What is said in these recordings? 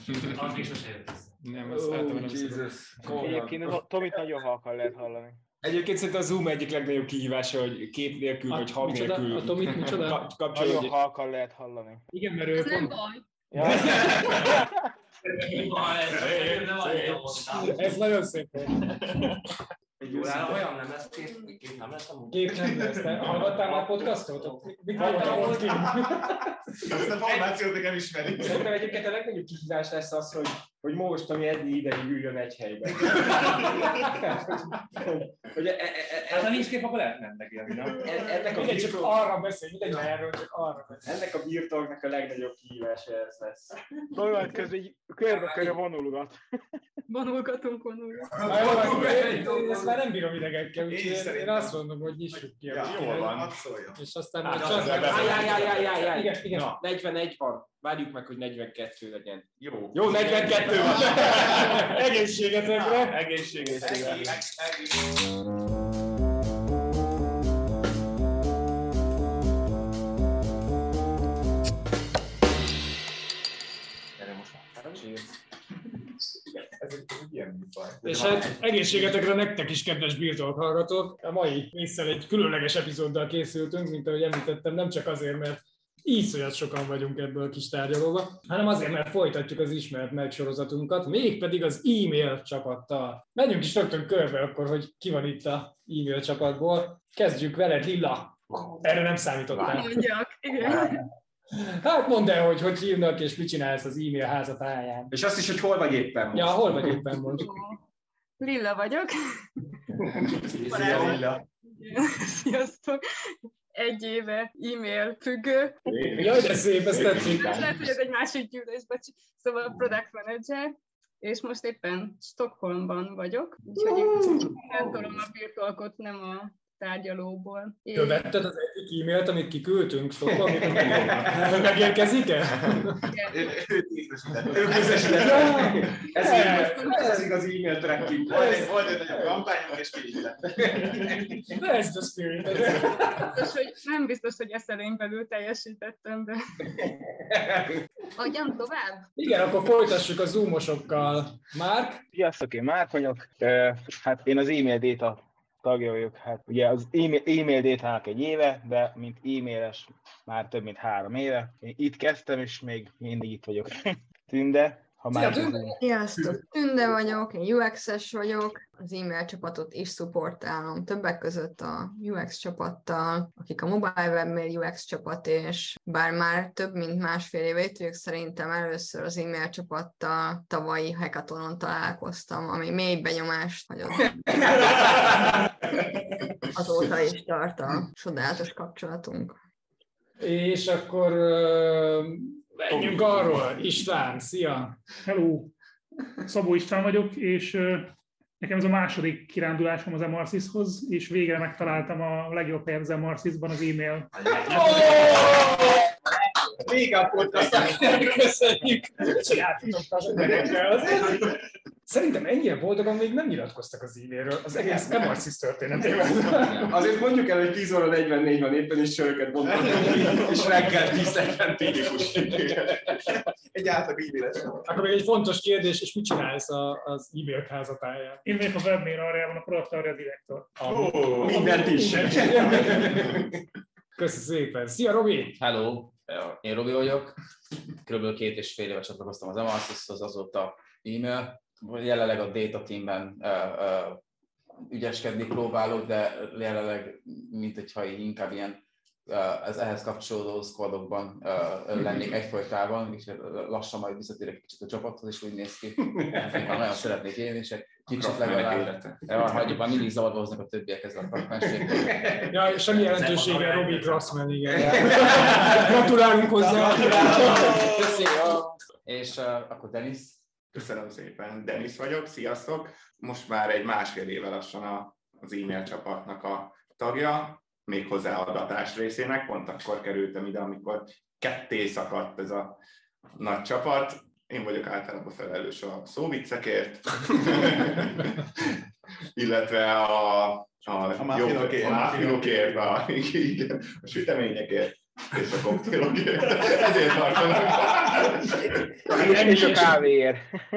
Az még sose jött össze. Nem, ezt általában nem szokott. Egyébként a Tomit nagyon halkan lehet hallani. Egyébként szerintem a Zoom egyik legnagyobb kihívása, hogy kép nélkül vagy hang nélkül A Tomit micsoda? Nagyon halkan lehet hallani. Igen, mert ő Ez nem pont... baj. Ja. Ez nagyon szép. Egy órára olyan nem lesz kép nem lesz amúgy. Kép nem lesz. Te hallgattál már podcastot? Mit hallgattál volt kép? Azt a formációt nekem ismeri. Szerintem egyébként a legnagyobb kihívás lesz az, hogy most, ami eddig ideig üljön egy helyben. Hát ha nincs kép, akkor lehet mennek élni, nem? Mindegy, csak arra beszélj, mindegy, erről csak arra beszélj. Ennek a birtoknak a legnagyobb kihívása ez lesz. Olyan közben így körbe-körbe vonulgat. Vonulgatunk. Ezt már nem bírom idegekkel, úgyhogy én azt mondom, hogy nyissuk ki. Jól van, hadd szóljon. És aztán Jaj, igen. 41 van. Várjuk meg, hogy 42 legyen. Jó, 42 van. Egészségetekre. Egészségetekre. Ez egy ilyen műfaj. És hát egészségetekre nektek is, kedves birtok hallgatók. A mai észre egy különleges epizóddal készültünk, mint ahogy említettem, nem csak azért, mert iszonyat sokan vagyunk ebből a kis tárgyalóba, hanem azért, mert folytatjuk az ismert megsorozatunkat, mégpedig az e-mail csapattal. Menjünk is rögtön körbe akkor, hogy ki van itt a e-mail csapatból. Kezdjük veled, Lilla. Erre nem számítottál. Mondjak, igen. Hát mondd el, hogy hívnak és mit csinálsz az e-mail házatáján. És azt is, hogy hol vagy éppen most. Ja, hol vagy éppen most. Lilla vagyok. Szia, Lilla. Sziasztok. 1 éve e-mail függő. Jaj, de szép, ezt tetszik. Lehet, hogy ez egy másik gyűlés, szóval product manager, és most éppen Stockholmban vagyok, úgyhogy nem tolom a birtokot, nem a tárgyalóból. Követted az egyik e-mailt, amit kiküldtünk Stockholmban? Megérkezik-e? Őt ízlesített. Ő közösített. Ez az igazi e-mail tracking. Volt egy nagyobb kampányunk, és kivitte. That's the spirit. Nem biztos, hogy eszelén belül teljesítettem, de... Adjam tovább? Igen, akkor folytassuk a zoomosokkal. Márk? Sziasztok, én Márk vagyok. Hát én az e-mail data tagja vagyok. Hát ugye az e-mail data-nak 1 éve, de mint e-mailes már több mint 3 éve. Én itt kezdtem, és még mindig itt vagyok. Tünde. Sziasztok! Tünde vagyok, én UX-es vagyok, az e-mail csapatot is szupportálom, többek között a UX csapattal, akik a mobile webmail UX csapat, és bár már több mint 1,5 éve itt vagyok, szerintem először az e-mail csapattal tavalyi hackathonon találkoztam, ami mély benyomást hagyott. Azóta is tart a csodálatos kapcsolatunk. És akkor menjünk arról. István, szia! Hello! Szabó István vagyok, és nekem ez a második kirándulásom az Emarcishoz, és végre megtaláltam a legjobb helyet az Emarcisban, az e-mail. Még a podcastot köszönjük! Szerintem ennyire boldogan még nem nyilatkoztak az e-mailről, az egész Emarcis történetében. Azért mondjuk el, hogy 10 óra 44 van, éppen is söröket mondtam, és reggel 10-40 típikus. Egy átlag e-mailes. Akkor még egy fontos kérdés, és mit csinálsz az e-mail házatáján? Én vagyok a webmail arjában a product area direktor. Mindent is. Köszi szépen. Szia, Robi! Hello, én Robi vagyok. Körülbelül 2,5 éve csatlakoztam az Emarcishoz, azóta e-mail. Jelenleg a data teamben ügyeskedni próbálok, de jelenleg, mint hogyha inkább ilyen az ehhez kapcsolódó squadokban lennék egyfolytában, és lassan majd visszatérek egy kicsit a csapathoz, és úgy néz ki. Nagyon szeretnék én, és egy kicsit legalább. Hagyjuk, már mindig zavarba hoznak a többiek ezzel a partnerséggel. Ja, semmi jelentősége, Robi Crossman, igen. Gratulálunk hozzá! Köszönöm! És akkor Denis? Köszönöm szépen, Denis vagyok, sziasztok! Most már egy 1,5 éve lassan az e-mail csapatnak a tagja, méghozzá a adatás részének, pont akkor kerültem ide, amikor ketté szakadt ez a nagy csapat. Én vagyok általában felelős a szóviccekért, illetve a muffinokért, a süteményekért, És a koktélok. Ezért tartanak. És a kávéért.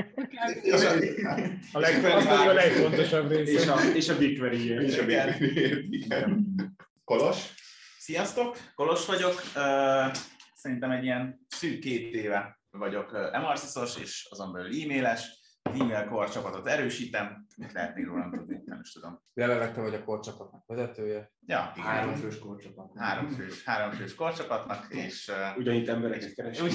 A legfontosabb része. És a BigQuery-ért. Kolos? Sziasztok, Kolos vagyok. Szerintem egy ilyen szűk 2 éve vagyok MRSys-os, és azon belül e-mailes. Az e-mail core csapatot erősítem. Mit lehet még rólam tudni? Nem is tudom. Levegte vagy a core csapatnak vezetője. Ja, igen. 3 fős korcsapat. 3 fős core csapatnak, és Ugyanitt embereket keresünk.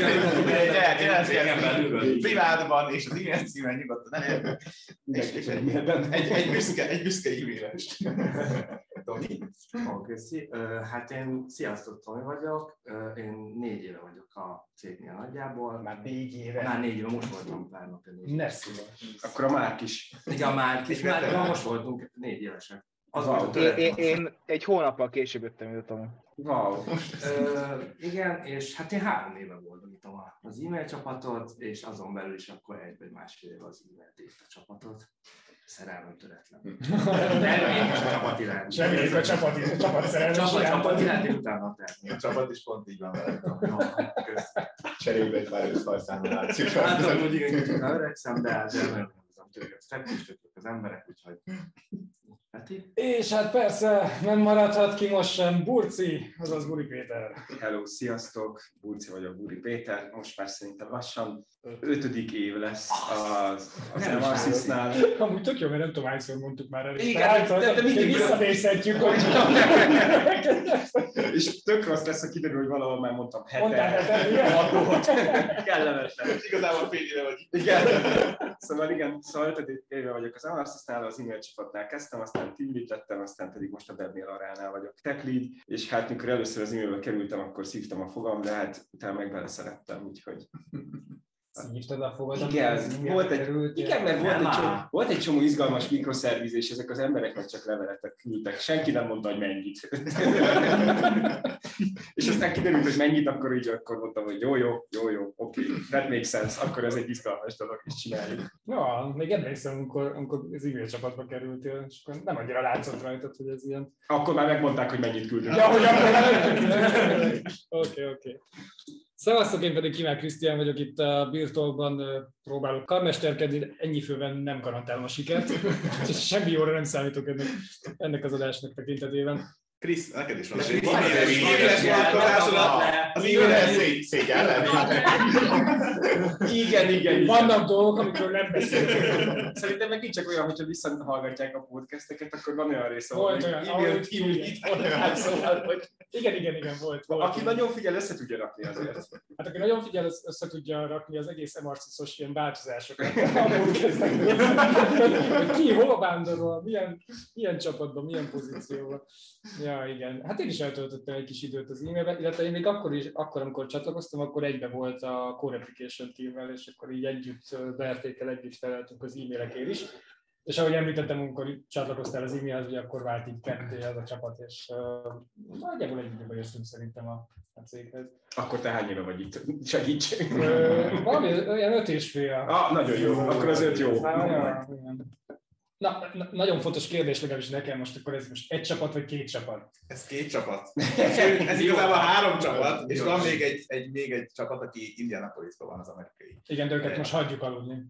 Privátban és az e-mail címen nyugodtan elérni. És egy büszke e-mailes. Tomi? Köszi. Hát én, sziasztok, Tomi vagyok. Én 4 éve vagyok a cégnél nagyjából. Már 4 éve. Már 4 éve, most voltam pár napja. Ne szíves. Akkor a Márk is. Igen, a Márk is. Már most voltunk 4 évesek. Én egy hónappal később jöttem, mint a Tomi. Wow. Igen, és hát én 3 éve boldogítom az e-mail csapatot, és azon belül is akkor 1 vagy másfél éve az e-mail data csapatot. Szerelmem töretlen. Nem, a csapat iránt. Semmi a csapat szerelmes. Csapat iránt, én utána terni. A csapat is pont így van veled. Cserébe egy pár összfajszámolációt. Látom, hogy igen, kicsit öregszem, de nagyon hozom tőket. Feküstöttük az emberek, úgyhogy... Peti? És hát persze nem maradhat ki most sem Burci, azaz Buri Péter. Hello, sziasztok! Burci vagyok, Buri Péter. Most már szerintem lassan 5. év lesz az MRSys-nál. Amúgy tök jó, mert nem tudom, hányszor mondtuk már el. Igen, de mindig visszanézhetjük, hogy... És tök rossz lesz, ha kiderül, hogy valahol már mondtam Mondtál hetet. Kellemetlen. Igazából fél éve vagy. Igen. Szóval igen, 5. éve vagyok az MRSys-nál, az e-mail csapatnál kezdtem, aztán team lead lettem, aztán pedig most a Webmail Aránál vagyok tech lead, és hát mikor először az e-mailbe kerültem, akkor szívtam a fogam, de hát utána meg beleszerettem, úgyhogy... Szívtad a fogad, igen, mert volt egy csomó izgalmas mikroszerviz, és ezek az emberek meg csak leveletek küldtek. Senki nem mondta, hogy mennyit. És aztán kiderült, hogy mennyit, akkor mondtam, hogy jó, oké, that makes sense, akkor ez egy izgalmas dolog, és csináljuk. Ja, még emlékszem, amikor az e-mail csapatba kerültél, és akkor nem annyira látszott rajtad, hogy ez ilyen... Akkor már megmondták, hogy mennyit küldünk. Ja, hogy akkor Oké. Szevasztok, én pedig Kimák Krisztián vagyok, itt a Birtolkban próbálok karmesterkedni, ennyi főben nem garantálom a sikert, és semmi jóra nem számítok ennek az adásnak tekintetében. Krisz, neked is van. Az e-mailes szégyellem. Igen. Vannak dolgok, amikor nem beszélünk. Szerintem meg így csak olyan, hogyha visszahallgatják a podcasteket, akkor van olyan része, volt olyan, e-mail szóval, hogy... Igen, volt. Aki nagyon figyel, össze tudja rakni azért. Hát aki nagyon figyel, össze tudja rakni az egész MRSys-os ilyen változásokat. Abból kezdek, ki hova vándorol, milyen csapatban, milyen pozícióban. Ja, igen. Hát én is eltöltöttem egy kis időt az e-mailben, illetve én még akkor, amikor csatlakoztam, akkor egybe volt a Core Application teamvel, és akkor így együtt vertékkel együtt feleltünk az e-mailekért is. És ahogy említettem, amikor csatlakoztál az e-mailhez, ugye akkor vált így ketté az a csapat, és nagyjából egy időben jöttünk szerintem a céghez. Akkor te hány éve vagy itt? Segíts! Valami olyan 5 és fél. Nagyon jó, akkor az 5 jó. Na, nagyon fontos kérdés legalábbis nekem most, akkor ez most 1 csapat vagy 2 csapat? Ez 2 csapat. Ez igazából 3 csapat, és van még egy csapat, aki Indianapolisban van, az amerikai. Igen, de őket most hagyjuk aludni.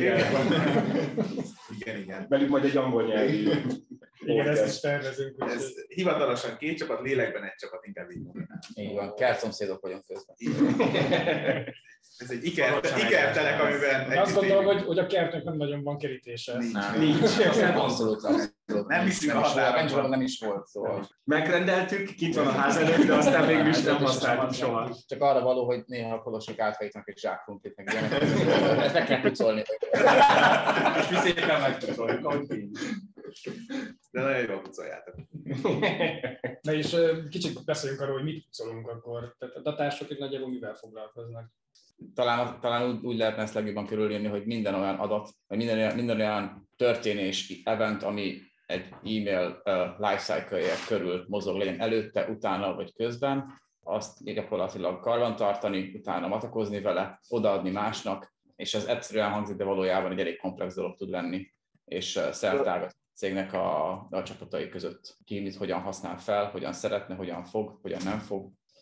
Igen. Velük majd egy angol nyelvű. Igen, ezt is tervezünk. Ez hivatalosan 2 csapat, lélekben 1 csapat, inkább így mondanám. Így van, kertszomszédok vagyunk közben. Ez egy ikertelek, amiben... Azt gondolom, hogy a kertnek nem nagyon van kerítése. Nincs. Abszolút. Nem hiszünk a határon. Nem is volt, szóval. Megrendeltük, kint van a ház előtt, de aztán mégis nem használtuk soha. Csak arra való, hogy néha a kolosok átfejtnek egy zsákrumplit, meg ilyenek. Ezt meg kell pucolni. És mi szépen megpucoljuk, ahogy én. De nagyon jól pucoljátok. Na és kicsit beszéljünk arról, hogy mit pucolunk akkor. Tehát a datások itt nagyjából mivel foglalkoznak? Talán úgy lehetne ezt legjobban körülírni, hogy minden olyan adat, vagy minden olyan történés, event, ami egy e-mail lifecycle-je körül mozog, legyen előtte, utána vagy közben, azt gyakorlatilag karban tartani, utána matakozni vele, odaadni másnak, és ez egyszerűen hangzik, de valójában egy elég komplex dolog tud lenni, és szertágat cégnek a csapatai között ki mit hogyan használ fel, hogyan szeretne, hogyan fog, hogyan nem fog.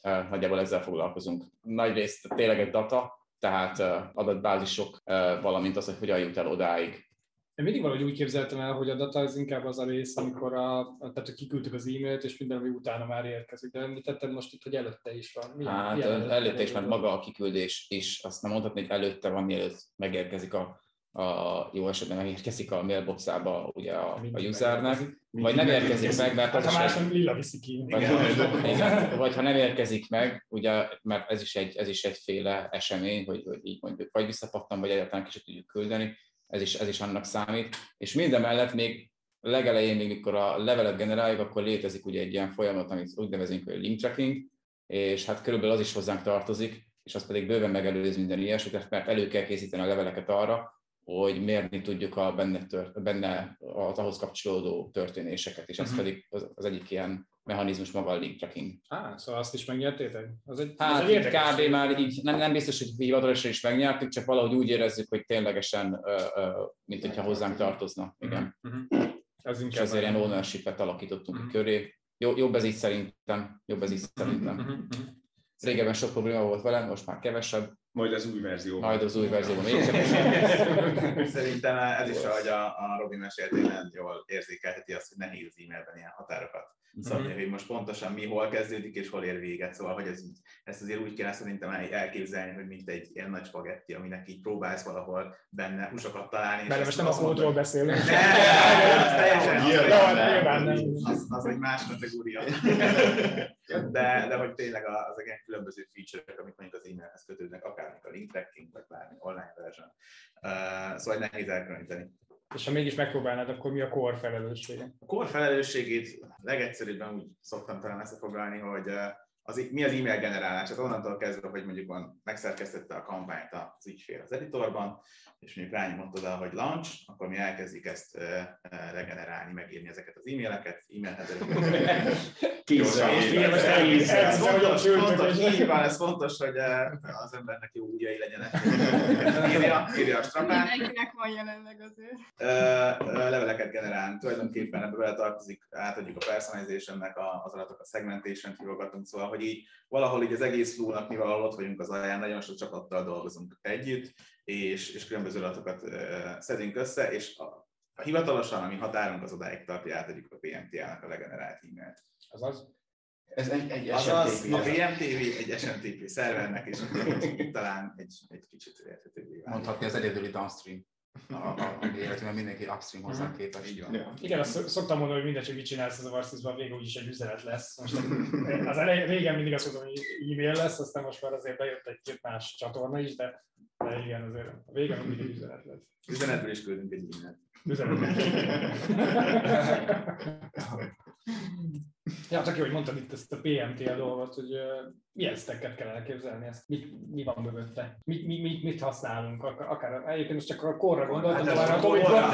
nagyjából ezzel foglalkozunk. Nagyrészt tényleg egy data, tehát adatbázisok, valamint az, hogy hogyan jut el odáig. Én mindig valahogy úgy képzeltem el, hogy a data az inkább az a rész, amikor tehát kiküldtük az e-mailt, és minden, ami utána már érkezik. De említetted most itt, hogy előtte is van. Hát előtte is, mert maga a kiküldés is, azt nem mondhatni, hogy előtte van, mielőtt megérkezik jó esetben megérkezik a mailboxába ugye a usernek, vagy nem érkezik meg, mert hát, ha más nem lila viszi ki. Vagy ha nem érkezik meg, ugye, mert ez is egyféle esemény, hogy így mondjuk vagy visszapattam, vagy egyáltalán kicsit tudjuk küldeni, ez is annak számít. És minden mellett még legelején, mikor a levelet generáljuk, akkor létezik ugye egy ilyen folyamat, amit úgy nevezünk, hogy link tracking, és hát körülbelül az is hozzánk tartozik, és az pedig bőven megelőz minden ilyesmit, mert elő kell készíteni a leveleket arra, hogy mérni tudjuk benne az ahhoz kapcsolódó történéseket, és ez pedig az egyik ilyen mechanizmus maga a link tracking. Szóval azt is megnyertétek? Hát itt kb. Már így nem biztos, hogy hivatalosan is megnyertük, csak valahogy úgy érezzük, hogy ténylegesen, mint hogyha hozzánk tartozna. Igen. És ezért ilyen ownership-et alakítottunk köré. Jobb ez így szerintem. Régebben sok probléma volt velem, most már kevesebb. Majd az új verzióban. Még kevesebb. Szerintem ez is, ahogy a Robi mesélt, hogy jól érzékelheti azt, hogy nehéz e-mailben ilyen határokat szabni, hogy most pontosan mi hol kezdődik és hol ér véget, szóval hogy ezt azért úgy kell szerintem elképzelni, hogy mint egy ilyen nagy spagetti, aminek így próbálsz valahol benne húsokat találni. Mert most nem a szótról beszélünk. Az egy más kategória. De hogy tényleg azok ilyen különböző feature-ek, amik mondjuk az e-mailhez kötődnek, akár a link tracking, vagy bármi online version. Szóval nehéz elkülöníteni. És ha mégis megpróbálnád, akkor mi a core felelőssége? A core felelősségét legegyszerűbben úgy szoktam talán összefoglalni, hogy mi az e-mail generálás. Tehát onnantól kezdve, hogy mondjuk megszerkesztette a kampányt az ügyfél az editorban, és mondjuk rányomott oda, hogy launch, akkor mi elkezdjük ezt regenerálni, megírni ezeket az e-maileket, e-mail headereket. Ez fontos, hogy az embernek jó ujjai legyenek. Írja a strapát. Mindenkinek van jelenleg azért. Leveleket generálni. Tulajdonképpen ebbe bele tartozik, átadjuk a personalizationnek az adatok, a segmentation-t hívogatunk, szóval, hogy így valahol így az egész flow-nak, mivel ott vagyunk az alján, nagyon sok csapattal dolgozunk együtt, és különböző adatokat szedünk össze, és a hivatalosan, ami határunk az odáig tartja, átadjuk a PMTL-nak a legenerált e-mailt. Azaz? Ez egy SMTP. A PMTV egy SMTP szervernek, és talán egy kicsit érthetőbbé válik. Mondhatni az egyedüli downstream. Mert mindenki upstream hozzá képest. Igen, azt szoktam mondani, hogy mindegy, hogy mit csinálsz az Avarszisban, végül úgyis egy üzenet lesz. Most az régen mindig azt mondom, hogy e-mail lesz, aztán most már azért bejött egy-két más csatorna is, de igen, azért a végén mindig egy üzenet lesz. Üzenetből is küldünk egy e-mailt. Ja, csak jó, hogy mondtad itt ezt a PMTL dolgot, hogy milyen stacket kell elképzelni, ezt mi van mögötte, mit használunk, akár egyébként most csak a core-ra gondoltam, de már a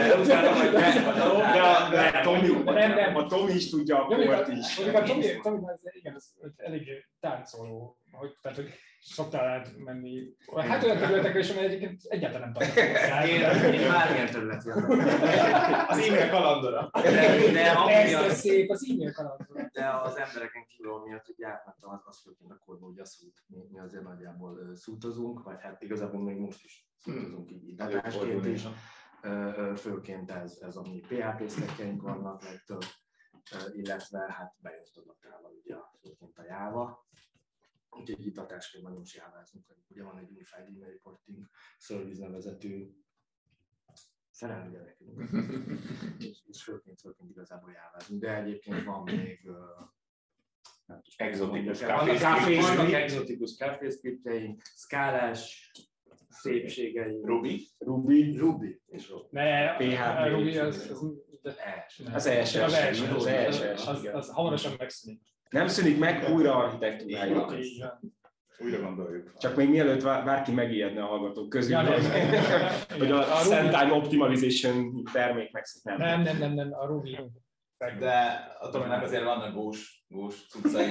Tomi a Tomi is tudja a core-t is. A Tomi, igen, ez eléggé táncoló, tehát hogy szoktál átmenni. Hát olyan területekre is, amely egyébként egyáltalán nem tartom. Én bármilyen területi az e-mail kalandora. De szép az e-mail kalandora. De az embereken kívül miatt, hogy átmentem, az főként a korban, hogy a szút. Mi azért nagyjából szútozunk, vagy hát igazából még most is szútozunk így datásként is. Főként ez ami PHP stackjeink vannak legtöbb, illetve hát bejött a datával ugye főként a Java. Úgyhogy itt datásként nagyon is jávázunk. Ugye van egy Unified Email Reporting Service nevezetű szerelmi gyerekünk. és főként igazából jávázunk. De egyébként van még exotikus kávészkriptjeink, szkálás szépségeink. Ruby. És PHP. Ruby az ESS. Az hamarosan megszűnik. Nem szűnik meg, újra architektúrája. Újra gondoljuk. Csak még mielőtt bárki megijedne a hallgatók közül, hogy a Sendtime Optimization termék megszűnik. Nem, a Ruby. De a Tominak azért vannak gós cuccai.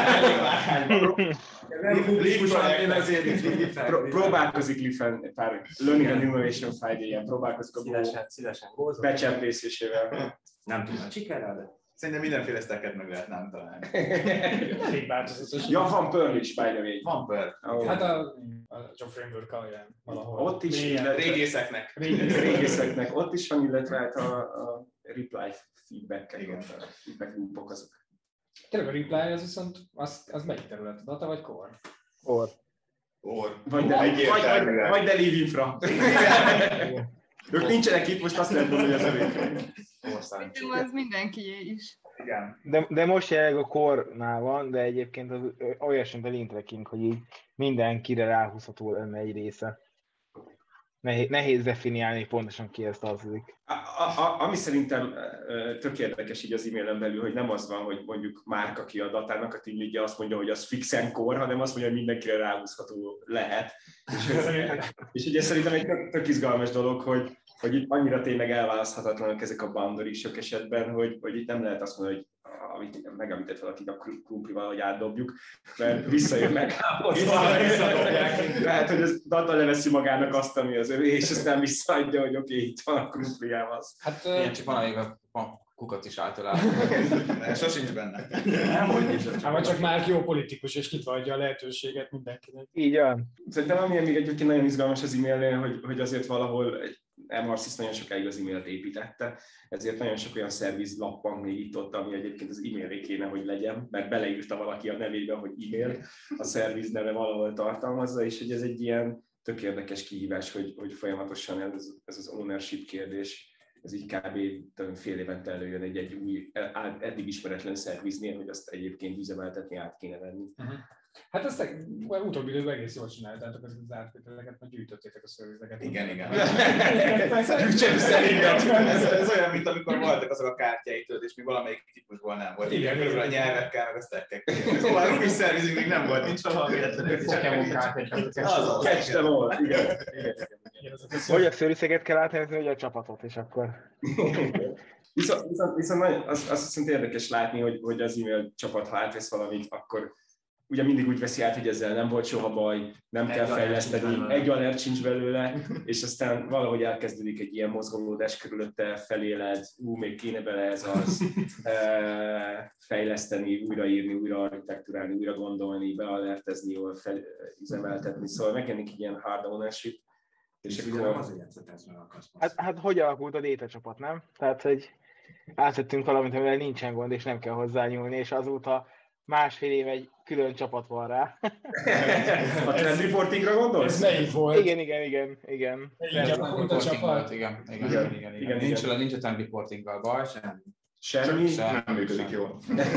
Próbálkozik Lifen, Learning and Innovation Friday-en, próbálkozik a szívesen becsempészésével. Nem tudom, sikerrel, de Szerintem mindenféle stacket meg lehet nem találni. Elég változatos. Ja, van Perl is, by the way. Van Perl. Hát a Job Framework alján valahol. Ott is, Régészeknek. Régészeknek. Ott is van, illetve hát a reply feedback-ek, Igen. a feedback loopok azok. Tényleg a reply az viszont, az melyik terület? Data vagy core? Vagy Deliv Infra. Ők nincsenek itt, most azt lehet mondani, hogy az övék. Szerintem az mindenkié is. Igen. De most jelenleg a core-nál van, de egyébként az olyasmi, mint a link tracking, hogy így mindenkire ráhúzható lenne egy része. Nehéz definiálni pontosan ki ezt tartozik. Ami szerintem tök érdekes így az e-mailen belül, hogy nem az van, hogy mondjuk Márk, aki a datának a teamleadje, azt mondja, hogy az fixen core, hanem azt mondja, hogy mindenkire ráhúzható lehet. És ugye szerintem egy tök izgalmas dolog, hogy itt annyira tényleg elválaszthatatlanak ezek a boundary sok esetben, hogy itt nem lehet azt mondani, hogy amit megemlített valakit a krumplival, hogy átdobjuk, mert visszajönnek. Lehet, hogy az data leveszi magának azt, ami az övé, és aztán visszaadja, hogy oké, itt van a krumpliával. Hát ilyen csak van, amiben kukat is általában. Sosincs benne. Hát csak már jó politikus, és nyitva adja a lehetőséget mindenkinek. Így van. Szerintem ami még egyébként nagyon izgalmas az e-mailnél, hogy azért valahol MRSys nagyon sokáig az e-mailt építette, ezért nagyon sok olyan szerviz lappang még itt-ott, ami egyébként az e-mailé kéne, hogy legyen, mert beleírta valaki a nevébe, hogy e-mail, a szerviz neve valahol tartalmazza, és hogy ez egy ilyen tök érdekes kihívás, hogy folyamatosan ez az ownership kérdés, ez így kb. Fél évente előjön egy új, eddig ismeretlen szerviznél, hogy azt egyébként üzemeltetni át kéne venni. Hát ezt utóbbi időben egész jól csináltátok az átvételeket, mert gyűjtöttétek a szervizeket. Igen. Szerintem. Ez olyan, mint amikor voltak azok a kártyáitől, és mi valamelyik típusból nem volt. Igen, körülbelül a nyelvekkel, meg a stack-ekkel. Szóval új szervizünk még nem volt, nincs valahol véletlenül. Pokémon kártyák. Catch them all, igen. Vagy a szőriszeket kell átnevezni, vagy a csapatot, és akkor... Viszont azt viszont érdekes látni, hogy az e-mail csapat, ha átvesz valamit, akkor ugye mindig úgy veszi át, hogy ezzel nem volt soha baj, nem kell fejleszteni, egy alert sincs belőle, és aztán valahogy elkezdődik egy ilyen mozgolódás körülötte, feléled, még kéne bele ez az, fejleszteni, újraírni, újra architektúrálni, újra gondolni, bealertezni, jól üzemeltetni, szóval megjelenik ilyen hard ownership. És akkor azért játszatás meg a Kaspasz. Hát hogy alakult a data csapat, nem? Tehát, hogy átvettünk valamit, amivel nincsen gond, és nem kell hozzányúlni, és azóta másfél év egy külön csapat van rá. A trend reportingra gondolsz? Ez melyik volt? Igen. Így a csapat. Igen. Nincs a trend reportinggal baj, Semmi. Nem működik jól.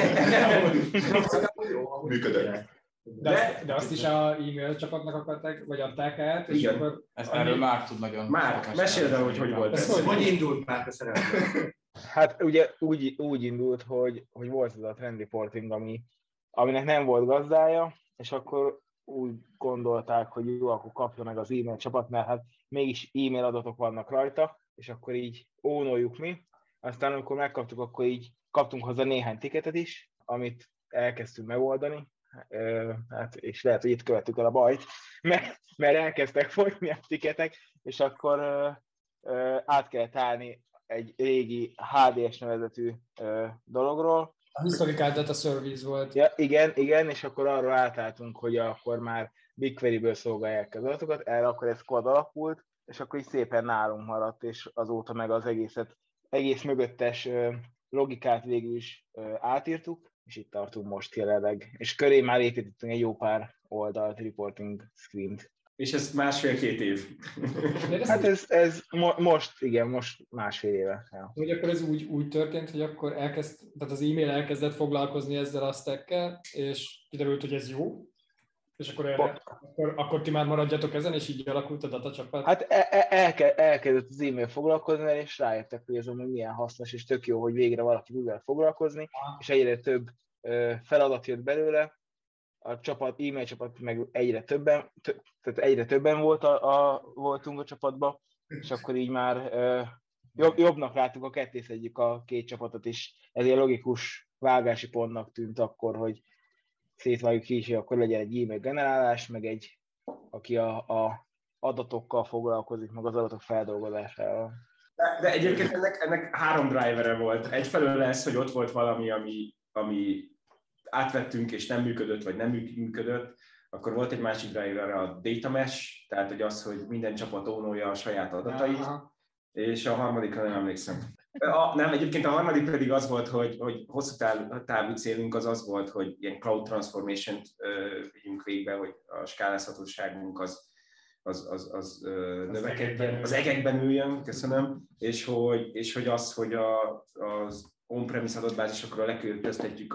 Működött. De azt is a e-mail csapatnak akarták, vagy adták át, és igen. akkor... Erről már tud nagyon... Márk, meséld el, hogy volt ez. Hogy indult már a szerelem? Hát ugye úgy indult, hogy volt ez a trend reporting, aminek nem volt gazdája, és akkor úgy gondolták, hogy jó, akkor kapja meg az e-mail csapat, mert hát mégis e-mail adatok vannak rajta, és akkor így ónoljuk mi. Aztán amikor megkaptuk, akkor így kaptunk hozzá néhány tiketet is, amit elkezdtünk megoldani, hát, és lehet, hogy itt követtük el a bajt, mert elkezdtek folyni a tiketek, és akkor át kellett állni egy régi HDS nevezetű dologról. A Historical Data Service volt. Ja, igen, és akkor arról átálltunk, hogy akkor már BigQuery-ből szolgálják az adatokat, erre akkor ez kód alakult, és akkor így szépen nálunk maradt, és azóta meg az egész mögöttes logikát végül is átírtuk, és itt tartunk most jelenleg. És köré már építettünk egy jó pár oldalt, reporting screen-t. És ez másfél-két év. Hát ez most másfél éve. Ja. Hogy akkor ez úgy történt, hogy akkor tehát az e-mail elkezdett foglalkozni ezzel a stackkel, és kiderült, hogy ez jó, és akkor ti már maradjatok ezen, és így alakult a data csapat? Hát elkezdett az e-mail foglalkozni, és rájöttek, hogy ez amúgy milyen hasznos, és tök jó, hogy végre valaki mivel foglalkozni, és egyre több feladat jött belőle, a csapat, e-mail csapat meg egyre többen voltunk a csapatban, és akkor így már jobbnak láttuk a kettészedjük a két csapatot is. Ezért logikus vágási pontnak tűnt akkor, hogy szétvágjuk is, hogy akkor legyen egy e-mail generálás, meg egy, aki a adatokkal foglalkozik, meg az adatok feldolgozásával. De egyébként ennek 3 drivere volt. Egyfelől lesz, hogy ott volt valami, ami átvettünk és nem működött, vagy nem működött. Akkor volt egy másik driver, a data mesh, tehát hogy az, hogy minden csapat ónolja a saját adatait. És a harmadikra nem emlékszem. Nem, egyébként a harmadik pedig az volt, hogy hosszú távú célunk az volt, hogy ilyen cloud transformation-t vigyünk végbe, hogy a skálázhatóságunk az növekedjen, az egekben üljön, köszönöm, és hogy az on-premise adatbázisokra leköltöztetjük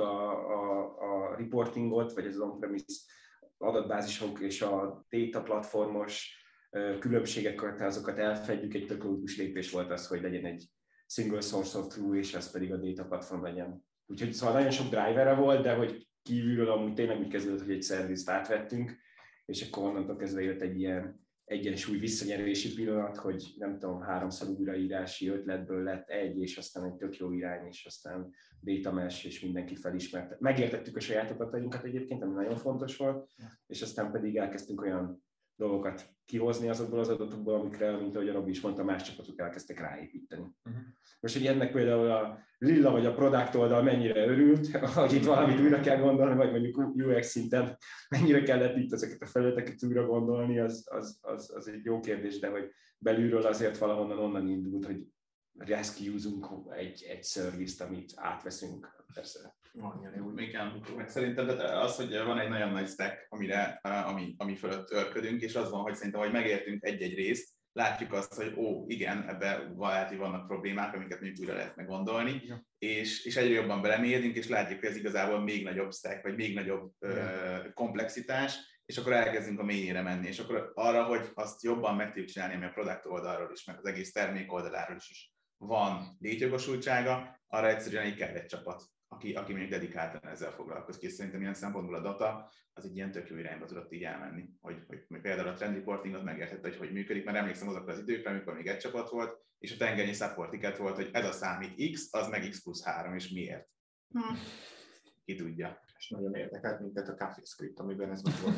a reportingot, vagy az on-premise adatbázisok és a data platformos különbségeket, azokat elfedjük. Egy tök logikus lépés volt az, hogy legyen egy single source of truth, és ez pedig a data platform legyen. Úgyhogy szóval nagyon sok drivere volt, de hogy kívülről amúgy tényleg úgy kezdődött, hogy egy szervizt átvettünk, és akkor onnantól kezdve jött egy ilyen egyensúly visszanyerési pillanat, hogy nem tudom, 3-szor újraírási ötletből lett egy, és aztán egy tök jó irány, és aztán data mesh, és mindenki felismerte. Megértettük a saját adatainkat egyébként, ami nagyon fontos volt, és aztán pedig elkezdtünk olyan dolgokat kihozni azokból az adatokból, amikre, mint ahogy a Robi is mondta, más csapatok elkezdtek ráépíteni. Most, hogy ennek például a Lilla vagy a product oldal mennyire örült, hogy itt valamit újra kell gondolni, vagy mondjuk UX szinten mennyire kellett itt ezeket a felületeket újra gondolni, az egy jó kérdés, de hogy belülről azért valahonnan onnan indult, hogy rescue-zunk egy service-t, amit átveszünk, persze. Igen, meg szerintem az, hogy van egy nagyon nagy stack, ami fölött örködünk, és az van, hogy szerintem, hogy megértünk egy-egy részt, látjuk azt, hogy igen, ebben lehet, hogy vannak problémák, amiket még újra lehetne gondolni, és egyre jobban belemérünk, és látjuk, hogy ez igazából még nagyobb stack, vagy még nagyobb komplexitás, és akkor elkezdünk a mélyére menni, és akkor arra, hogy azt jobban meg tudjuk csinálni, ami a product oldalról is, meg az egész termék oldaláról is van létjogosultsága, arra egyszerűen így kell egy csapat, aki mondjuk dedikáltan ezzel foglalkozik, és szerintem ilyen szempontból a data az egy ilyen tök jó irányba tudott így elmenni, hogy például a trend reportingot megértette, hogy működik, mert emlékszem azokra az időkre, amikor még egy csapat volt, és a tengernyi support ticket volt, hogy ez a számít X, az meg X+3, és miért? Ki tudja. És nagyon érdekelt minket a CoffeeScript, amiben ez volt.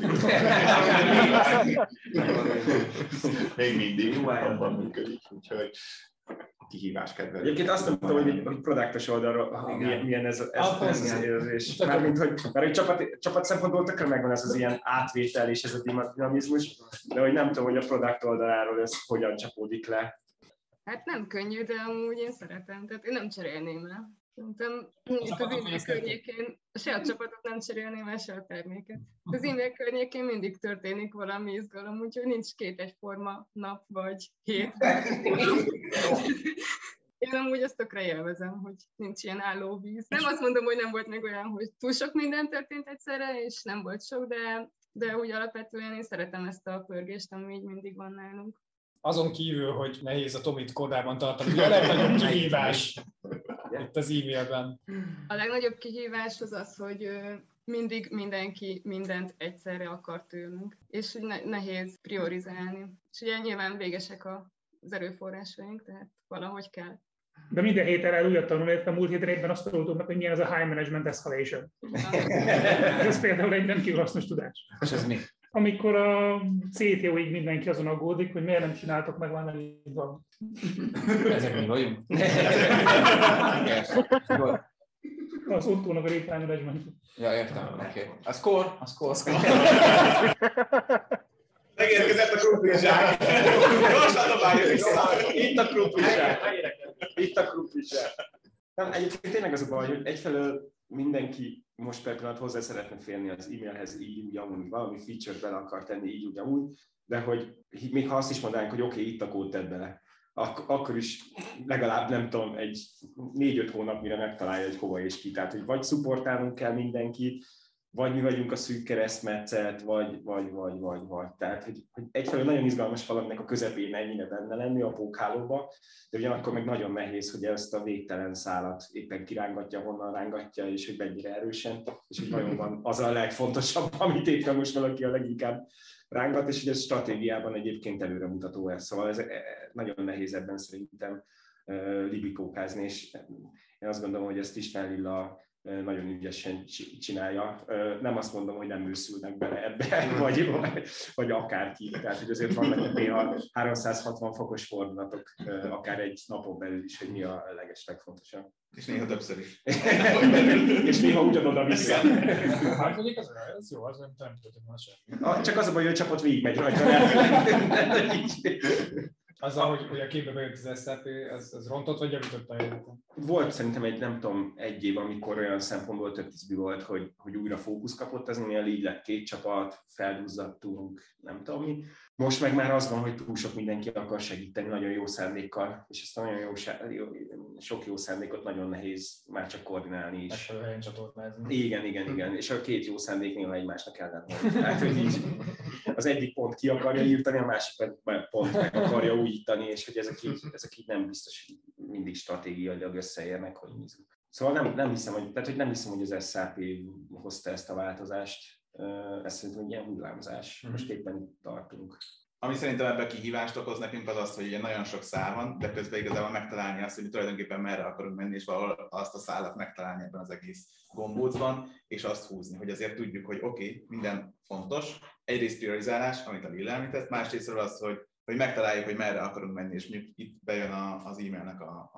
Még mindig abban működik, úgyhogy kihívás kedvelő. Egyébként azt nem tudom, hogy produktos oldalról milyen ez az érzés. Mármint, hogy csapat szempontból tökre megvan ez az ilyen átvétel és ez a dinamizmus, de hogy nem tudom, hogy a produkt oldaláról ez hogyan csapódik le. Hát nem könnyű, de amúgy én szeretem, tehát én nem cserélném le. Szerintem itt az e-mail környékén se a csapatot nem cserélném el, se a terméket. Az e-mail környékén mindig történik valami izgalom, úgyhogy nincs 2 egyforma nap vagy hét. Én amúgy azt tökre élvezem, hogy nincs ilyen állóvíz. Nem azt mondom, hogy nem volt még olyan, hogy túl sok minden történt egyszerre, és nem volt sok, de úgy alapvetően én szeretem ezt a pörgést, ami így mindig van nálunk. Azon kívül, hogy nehéz a Tomit kordában tartani, a legnagyobb kihívás itt az e-mailben. A legnagyobb kihívás az, hogy mindig mindenki mindent egyszerre akar tőlünk, és nehéz priorizálni. És ugye nyilván végesek az erőforrásaink, tehát valahogy kell. De minden héten el újat tanulni, a múlt héten éppen azt tanultunk meg, hogy milyen ez a high management escalation. Ez például egy rendkívül hasznos tudás. És ez mi? Amikor a CTO-ig mindenki azon aggódik, hogy miért nem csináltok meg már megint valamit. Ezek mi vagyunk? Az Ottónak a reply management. Ja, értem, oké. A score. Megérkezett a krumplizsák. Gyorsan dobáljuk vissza. Itt a krumplizsák. Nem, egyébként tényleg az a baj, hogy egyfelől mindenki most per pillanat hozzá szeretne férni az e-mailhez, így ugyanúgy, valami feature-t bele akar tenni, így ugyanúgy, de hogy még ha azt is mondanánk, hogy oké, itt a kód tedd bele, akkor is legalább nem tudom, egy 4-5 hónap mire megtalálja, hogy hova és ki. Tehát, hogy vagy szupportálnunk kell mindenkit, vagy mi vagyunk a szűk keresztmetszet, vagy. Tehát, hogy egyfelől nagyon izgalmas valaminek a közepén ennyire benne lenni a pókhálóba, de ugyanakkor meg nagyon nehéz, hogy ezt a végtelen szálat éppen kirángatja, honnan rángatja, és hogy mennyire erősen, és hogy nagyon van az a legfontosabb, amit éppen most valaki a leginkább rángat, és hogy ez stratégiában egyébként előremutató ez. Szóval ez nagyon nehéz ebben szerintem libikókázni, és én azt gondolom, hogy ezt István Lilla nagyon ügyesen csinálja. Nem azt mondom, hogy nem őszülnek bele ebbe, vagy akárki. Tehát, hogy azért vannak néha 360 fokos fordulatok, akár egy napon belül is, hogy mi a legfontosabb. És néha többször is. És néha ugyanoda vissza. Hát mondjuk ez jó, az nem történik már semmi. Csak az a baj, hogy a csapat végigmegy rajta. Azzal, hogy a képbe bejött az SAP, ez rontott vagy javított a helyzetet? Volt szerintem egy év, amikor olyan szempontból több tízbű volt, hogy újra fókusz kapott az e-mail, így lett 2 csapat, felduzzadtunk, nem tudom mi. Most meg már az van, hogy túl sok mindenki akar segíteni nagyon jó szándékkal, és ezt a nagyon sok jó szándékot nagyon nehéz már csak koordinálni is. Megfelelő helyen csatornázni. Igen, és a 2 jó szándéknél egymásnak ellen mondani. Tehát, hogy így az egyik pont ki akarja írtani, a másik pont meg akarja újítani, és hogy ezek így nem biztos, hogy mindig stratégiailag összeérnek, hogy nézzük. Szóval nem hiszem, hogy az SAP hozta ezt a változást. Ez szerintem egy ilyen hullámzás. Most éppen itt tartunk. Ami szerintem ebben kihívást okoz nekünk az az, hogy ugye nagyon sok szál van, de közben igazából megtalálni azt, hogy mi tulajdonképpen merre akarunk menni, és valahol azt a szállat megtalálni ebben az egész gombócban, és azt húzni, hogy azért tudjuk, hogy oké, minden fontos. Egyrészt priorizálás, amit a Lilla említett, másrésztről az, hogy megtaláljuk, hogy merre akarunk menni, és mondjuk itt bejön az e-mailnek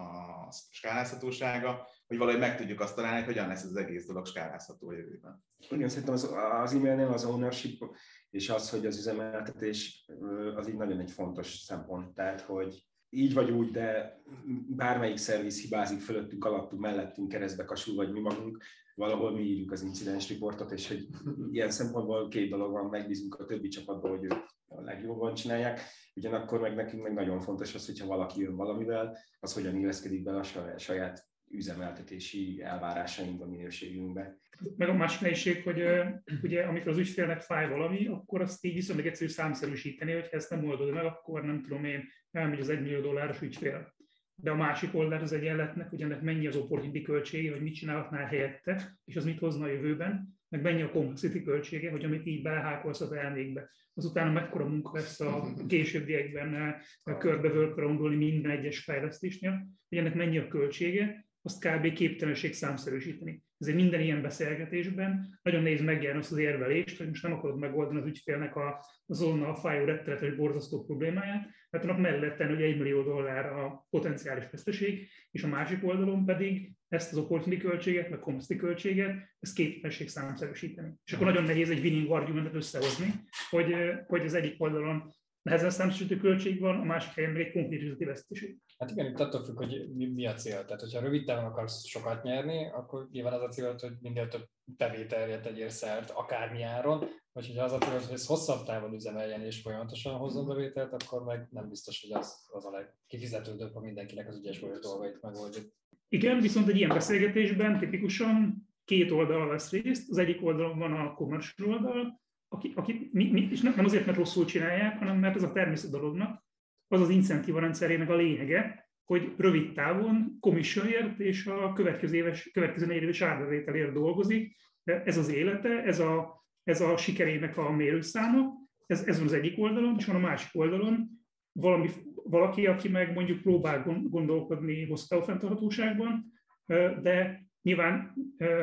a skálázhatósága, hogy valahogy meg tudjuk azt találni, hogy hogyan lesz az egész dolog skálázható a jövőben. Igen, szerintem az e-mailnél az ownership és az, hogy az üzemeltetés az így nagyon egy fontos szempont. Tehát, hogy így vagy úgy, de bármelyik szerviz hibázik fölöttünk, alattunk, mellettünk, keresztbe kasul, vagy mi magunk, valahol mi írjuk az incidens reportot, és hogy ilyen szempontból 2 dolog van, megbízunk a többi csapatban, hogy ők a legjobban csinálják. Ugyanakkor meg nekünk meg nagyon fontos az, hogyha valaki jön valamivel, az hogyan illeszkedik bele a saját üzemeltetési elvárásainkba, minőségünkbe. Meg a másik nehézség, hogy ugye amikor az ügyfélnek fáj valami, akkor azt így viszonylag egyszerű számszerűsíteni, hogyha ezt nem oldod meg, akkor nem tudom én, elmegy az $1 millió ügyfél. De a másik oldal az egyenletnek, hogy ennek mennyi az opportunity költsége, hogy mit csinálhatnál helyette, és az mit hozna a jövőben, meg mennyi a complexity költsége, hogy amit így belehákolsz az elmékbe. Azután mekkora munka lesz a későbbiekben körbe-workaroundolni minden egyes fejlesztésnél, hogy ennek mennyi a költsége, azt kb. Képtelenség számszerűsíteni. Ezért minden ilyen beszélgetésben nagyon nehéz megjelenni azt az érvelést, hogy most nem akarod megoldani az ügyfélnek azonnal fájó rettenetes borzasztó problémáját, mert annak mellett tenni, hogy $1 millió a potenciális veszteség, és a másik oldalon pedig ezt az opportunity költséget, meg complexity költséget, ezt képtelenség számszerűsíteni. És akkor nagyon nehéz egy winning argumentet összehozni, hogy az egyik oldalon nehezen számszerűsítő költség van, a másik helyen meg egy konkrét üzleti veszteség. Hát igen, itt attól függ, hogy mi a cél. Tehát, hogyha rövid távon akarsz sokat nyerni, akkor nyilván az a cél, hogy minél több bevételre tegyél szert, akármi áron, vagy hogyha az a cél, hogy ez hosszabb távon üzemeljen és folyamatosan hozzon bevételt, akkor meg nem biztos, hogy az a legkifizetődőbb, ha mindenkinek az ügyes volt dolgait megoldjuk. Igen, viszont egy ilyen beszélgetésben tipikusan 2 oldal vesz részt. Az egyik oldalon van a commercial oldal, aki és nem azért, mert rosszul csinálják, hanem mert ez a természet dolognak, az az incentíva rendszerének a lényege, hogy rövid távon commissionért és a következő 4 éves árbevételért dolgozik. Ez az élete, ez a sikerének a mérőszáma, ez van az egyik oldalon, és van a másik oldalon valaki, aki meg mondjuk próbál gondolkodni hosszú távú fenntarthatóságban, de nyilván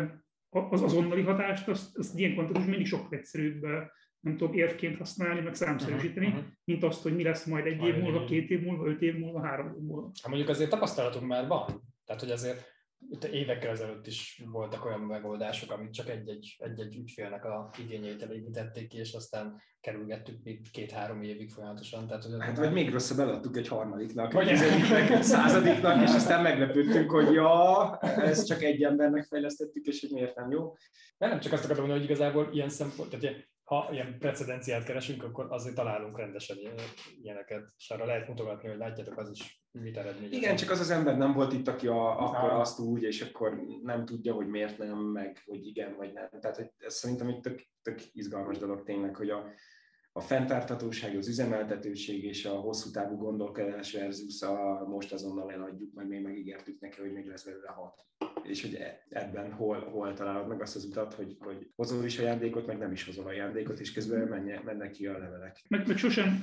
az azonnali hatást, azt ilyen kontextusban mindig sokkal egyszerűbb, nem tudom, érvként használni, meg számszerűsíteni, mint azt, hogy mi lesz majd 1 év múlva, 2 év múlva, 5 év múlva, 3 év múlva. Hát mondjuk azért tapasztalatunk már van. Tehát, hogy azért évekkel ezelőtt is voltak olyan megoldások, amit csak egy ügyfélnek a igényeit elégítették ki, és aztán kerülgettük még 2-3 évig folyamatosan. Tehát, hogy hát vagy még rosszabb eladtuk egy harmadiknak, egy 100-adiknak, és aztán meglepődtünk, hogy ja, ezt csak egy embernek fejlesztettük, és hogy miért nem jó. Nem csak azt akartam mondani, hogy igazából ilyen szempont, tehát ha ilyen precedenciát keresünk, akkor azért találunk rendesen ilyeneket, és arra lehet mutogatni, hogy látjátok, az is mit eredményez. Igen, csak az ember nem volt itt, aki akkor azt úgy, és akkor nem tudja, hogy miért nem, meg hogy igen, vagy nem. Tehát hogy ez szerintem egy tök izgalmas dolog tényleg, hogy a fenntarthatóság, az üzemeltetőség és a hosszú távú gondolkodás versus a most azonnal eladjuk, meg még megígértük neki, hogy még lesz belőle 6. És hogy ebben hol találod meg azt az utat, hogy hozol is ajándékot, meg nem is hozol ajándékot, és közben mennek ki a levelek. Meg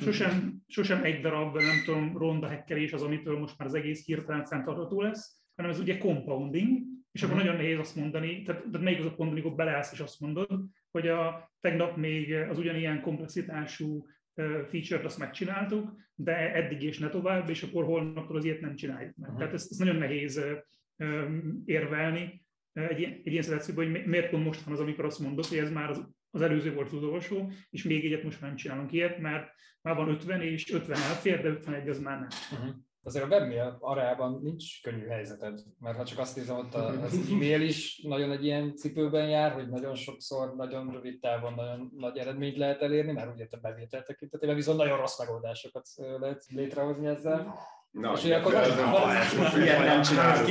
sosem egy darab, nem tudom, ronda hekkelés az, amitől most már az egész hirtelen fenntartható lesz, hanem ez ugye compounding, És akkor nagyon nehéz azt mondani, tehát melyik az a pont, amikor beleállsz és azt mondod, hogy tegnap még az ugyanilyen komplexitású feature-t azt megcsináltuk, de eddig és ne tovább, és akkor holnaptól az ilyet nem csináljuk meg. Tehát ez nagyon nehéz érvelni egy ilyen szituációban, hogy miért pont most van az, amikor azt mondod, hogy ez már az előző volt az utolsó, és még egyet most nem csinálunk ilyet, mert már van 50, és 50 elfér, de 51 az már nem. Azért a webmail areában nincs könnyű helyzeted, mert ha csak azt nézem, ott az e-mail is nagyon egy ilyen cipőben jár, hogy nagyon sokszor, nagyon rövid távon nagyon nagy eredményt lehet elérni, mert ugye te bevétel tekintetében viszont nagyon rossz megoldásokat lehet létrehozni ezzel. Na, és akkor ilyen nem csinálunk.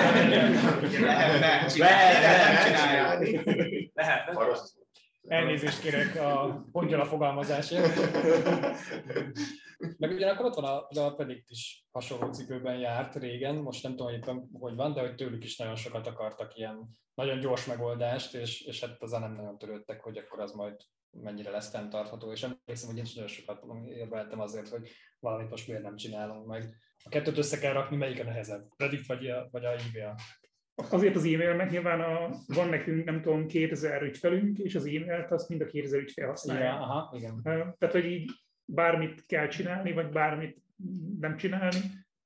Lehet. Elnézést kérek mondjon a fogalmazásért. Meg ugyanakkor ott van a Predict is hasonló cipőben járt régen, most nem tudom éppen, hogy van, de hogy tőlük is nagyon sokat akartak ilyen nagyon gyors megoldást, és hát azzal nem nagyon törődtek, hogy akkor az majd mennyire lesz fenntartható, és emlékszem, hogy én is nagyon sokat érveltem azért, hogy valamit most miért nem csinálunk meg. A kettőt össze kell rakni, melyik a nehezebb? Predict vagy a e-mail? Azért az e-mailnek nyilván van nekünk, nem tudom, 2000 ügyfelünk, és az e-mailt azt mind a 2000 ügyfél használja. Ja, aha, igen. Tehát, hogy így bármit kell csinálni, vagy bármit nem csinálni,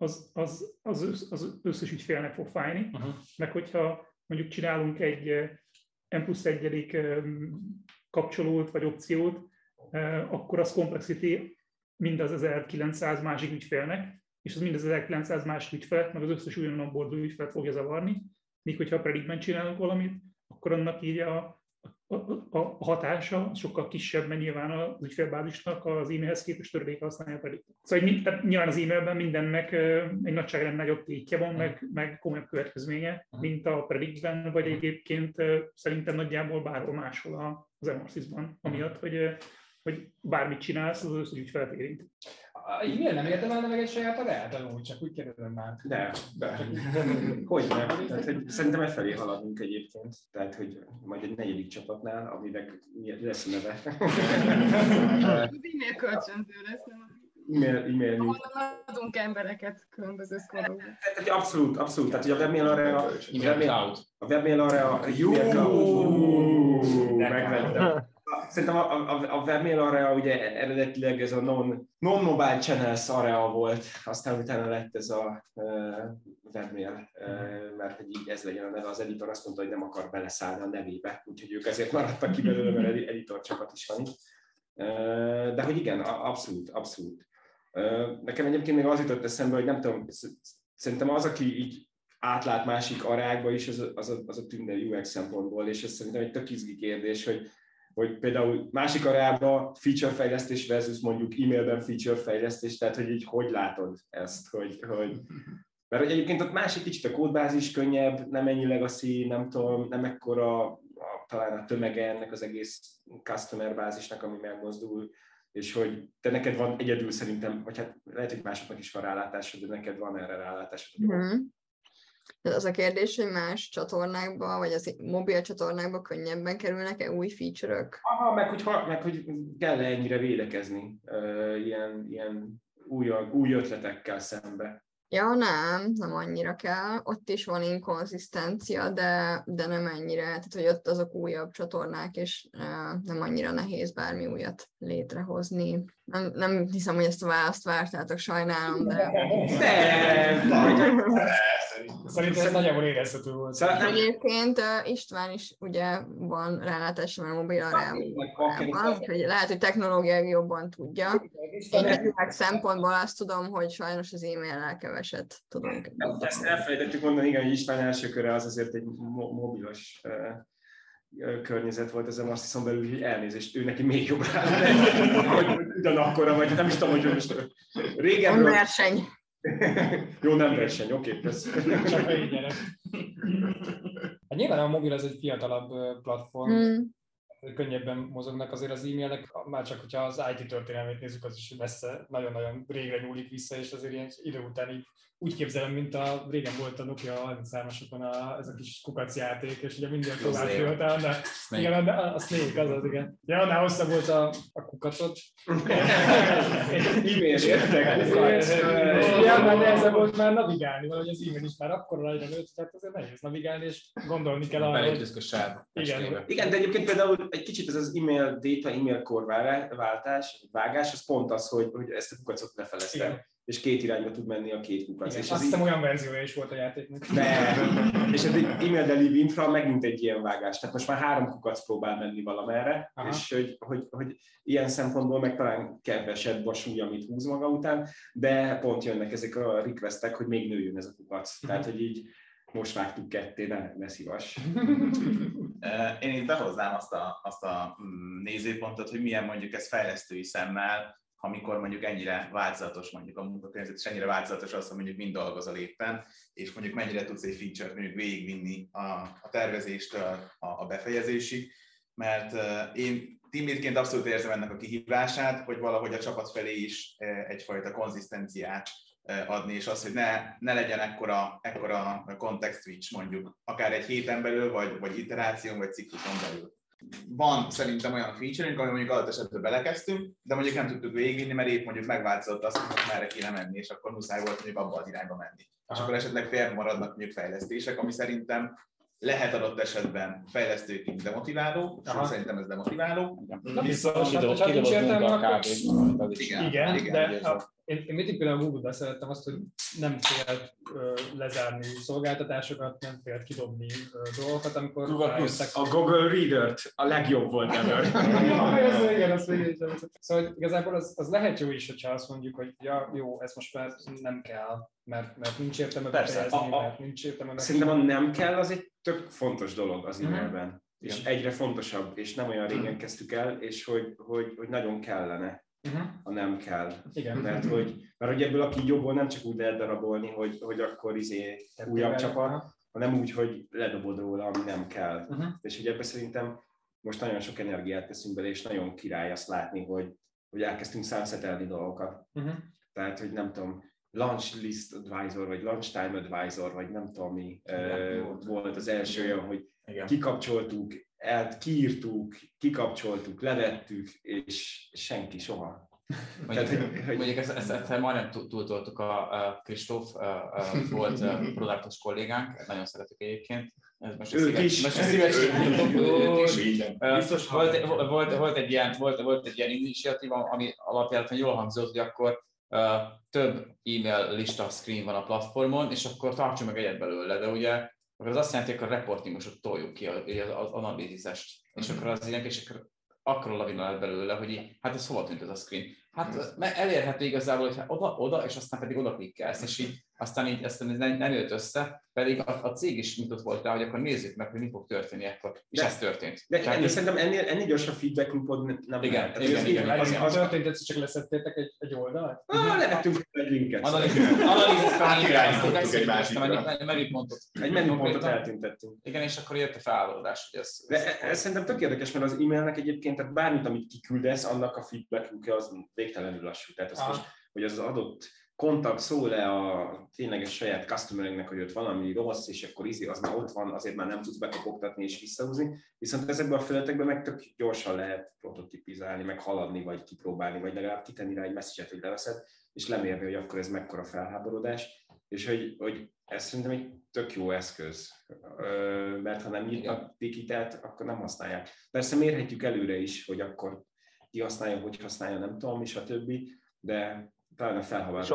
az összes ügyfélnek fog fájni. Meg hogyha mondjuk csinálunk egy M+1 kapcsolót, vagy opciót, akkor az complexity mind az 1900 másik ügyfélnek, és az mind az 1900 másik ügyfelet, meg az összes újonnan boldog ügyfelet fogja zavarni. Míg hogyha a Predictben csinálunk valamit, akkor annak így a hatása sokkal kisebb, mert nyilván az ügyfélbázisnak az e-mailhez képest töredéke használja pedig. Szóval nyilván az e-mailben mindennek egy nagyságrend nagyobb tétje van, meg komolyabb következménye, mint a Predictben, vagy egyébként szerintem nagyjából bárhol máshol az Emarsysban, amiatt, hogy bármit csinálsz, az összes ügyfelet érint. E-mail nem érdemelne meg egy saját areát, úgy csak úgy kérdezem már. De. Hogy nem? Tehát, hogy szerintem e felé haladunk egyébként. Tehát, hogy majd egy 4. csapatnál, aminek lesz a neve. Az e-mail kölcsönző lesz, nem? E-mail. Ahonnan adunk embereket különböző szkorokba. Tehát abszolút. Tehát, hogy a webmail area... A webmail area... Megvettem. Szerintem a webmail area ugye eredetileg ez a non-mobile channels area volt, aztán utána lett ez a webmail, mert hogy így ez legyen a neve. Az editor azt mondta, hogy nem akar beleszállni a nevébe, úgyhogy ők ezért maradtak ki belőle, mert editor csapat is van itt. De hogy igen, abszolút. Nekem egyébként még az jutott eszembe, hogy nem tudom, szerintem az, aki így átlát másik arákba is, az a Tünde UX szempontból, és ez szerintem egy tök izgi kérdés, hogy például másik arába feature fejlesztés versus mondjuk e-mailben feature fejlesztés, tehát hogy így hogy látod ezt, hogy mert egyébként ott másik kicsit a kódbázis könnyebb, nem ennyi legacy, nem tudom, nem ekkora talán a tömege ennek az egész customer bázisnak, ami megmozdul, és hogy te neked van egyedül szerintem, vagy hát lehet, hogy másoknak is van rálátásod, de neked van erre rálátásod. Az a kérdés, hogy más csatornákba, vagy az mobil csatornákba könnyebben kerülnek-e új feature-ök? Aha, meg hogy kell ennyire védekezni ilyen új ötletekkel szembe. Ja, nem annyira kell. Ott is van inkonzisztencia, de nem ennyire. Tehát, hogy ott azok újabb csatornák, és nem annyira nehéz bármi újat létrehozni. Nem hiszem, hogy ezt a választ vártátok, sajnálom, de... Szerintem ez nagyjából érezhető volt. Egyébként István is ugye van rálátása, mert a mobil areában, úgyhogy lehet, hogy technológiai jobban tudja. Én szempontból azt tudom, hogy sajnos az e-mail-el keveset tudunk. Ezt elfelejtettük mondani, igen, hogy István első köre az azért egy mobilos környezet volt ezen, azt hiszem belül, hogy elnézést, ő neki még jobb rá, hogy ugyanakkora, vagy nem is tudom, hogy most régen... Verseny. Jó, nem verseny, oké, köszönöm. Csak így gyere. Hát nyilván a mobil az egy fiatalabb platform. könnyebben mozognak azért az e-mailek, már csak hogyha az IT történelmét nézzük, az is messze nagyon-nagyon régre nyúlik vissza, és azért ilyen idő után így úgy képzelem, mint régen volt a Nokia 33-asokon ez a kis kukacjáték, és ugye minden tovább jött, de igen, a Snake, az, igen. Ja, annál hosszabb volt a kukacot. E-mail értek. Igen, már nehezebb volt már navigálni, valahogy az e-mail is már akkor nagyra nőtt, tehát azért nehéz navigálni, és gondolni kell arra, hogy... Igen, de egyébként például egy kicsit ez az e-mail data, e-mail vágás, az pont az, hogy ezt a kukacot lefeleztem. És két irányba tud menni a két kukac. Igen, és azt hiszem olyan verziója is volt a játéknak. És az e-mail delivery infra megint egy ilyen vágás. Tehát most már 3 kukac próbál menni valamerre, és hogy ilyen szempontból meg talán kevesebb a súly, amit húz maga után, de pont jönnek ezek a requestek, hogy még nőjön ez a kukac. Tehát, hogy így most vágtuk ketté, ne szívas. Én itt behoznám azt a nézőpontot, hogy milyen mondjuk ez fejlesztői szemmel, amikor mondjuk ennyire változatos mondjuk a munkakörnyezet, és ennyire változatos az, hogy mondjuk mind dolgozol éppen, és mondjuk mennyire tudsz egy feature-t mondjuk végigvinni a tervezéstől a befejezésig, mert én teamleadként abszolút érzem ennek a kihívását, hogy valahogy a csapat felé is egyfajta konzisztenciát adni, és az, hogy ne legyen ekkora context switch mondjuk, akár egy héten belül, vagy iteráción, vagy cikluson belül. Van szerintem olyan feature-ünk, ami mondjuk adott esetben belekezdtünk, de mondjuk nem tudtuk végigvinni, mert épp mondjuk megváltozott azt, hogy merre kéne menni, és akkor muszáj volt mondjuk abba az irányba menni. És akkor esetleg félmaradnak mondjuk fejlesztések, ami szerintem lehet adott esetben fejlesztőként demotiváló, és szerintem ez demotiváló. Igen, de én mindig például a Google-ben szerettem azt, hogy nem félt lezárni szolgáltatásokat, nem félt kidobni dolgokat, amikor rájöttek. A Google Reader-t a legjobb volt ever. Igen, azt végül. Szóval igazából az lehet jó is, hogyha azt mondjuk, hogy ja, jó, ez most már nem kell, mert nincs értelme befejezni, mert nincs értelme. Szerintem a nem kell, az egy tök fontos dolog az e-mailben. És egyre fontosabb, és nem olyan régen kezdtük el, és hogy nagyon kellene. Ha nem kell. Igen. Mert hogy ebből a kígyóból nem csak úgy lehet darabolni, hogy akkor újabb csapat, hanem úgy, hogy ledobod róla, ami nem kell. És hogy ebben szerintem most nagyon sok energiát teszünk bele, és nagyon király azt látni, hogy elkezdtünk sunsetelni dolgokat. Tehát, hogy nem tudom, launch list advisor, vagy launch time advisor, vagy nem tudom mi volt az első olyan, hogy kikapcsoltuk, kiírtuk, kikapcsoltuk, levettük, és senki soha. Mondjuk ezt majdnem túltoltuk, a Kristóf volt produktos kollégánk, nagyon szeretük egyébként. Most volt egy ilyen initiatíva, ami alapján jól hangzott, hogy akkor több e-mail lista screen van a platformon, és akkor tartsunk meg egyet belőle, de ugye akkor az azt jelenti, hogy a reportingosot toljuk ki az analízist, és akkor az ilyenek, és akkor a lavina lett belőle, hogy hát ez hova tűnt ez a screen. Hát elérhető igazából, hogy oda, és aztán pedig oda klikkelsz, és így aztán nem jött össze, pedig a cég is nyitott volt rá, hogy akkor nézzük meg, hogy mi fog történni ekkor, és ez történt. De szerintem ennél gyors a feedback loopod nem lehet. Igen. Az történt, hogy csak leszettétek egy oldalt? Lehetünk egy linket. Analízis felirányítottuk egy másik menüpontot. Egy menüpontot eltüntettünk. Igen, és akkor jött a felállódás. De ez szerintem tök érdekes, mert az e-mailnek egyébként, tehát bármit, amit kiküldesz, annak a feedback loopja az végtelenül lassú. Tehát az most, hogy az adott kontakt szól le a tényleges saját customernek, hogy ott valami rossz, és akkor az már ott van, azért már nem tudsz bekopogtatni és visszahúzni. Viszont ezekben a felületekben meg tök gyorsan lehet prototipizálni, meg haladni, vagy kipróbálni, vagy legalább kitenni rá egy message-et, hogy leveszed, és lemérni, hogy akkor ez mekkora felháborodás. És hogy ez szerintem egy tök jó eszköz, mert ha nem nyitnak Wikitát, akkor nem használják. Persze mérhetjük előre is, hogy akkor ki használja, hogy használja, nem tudom, és a többi, de talán a felháborodás.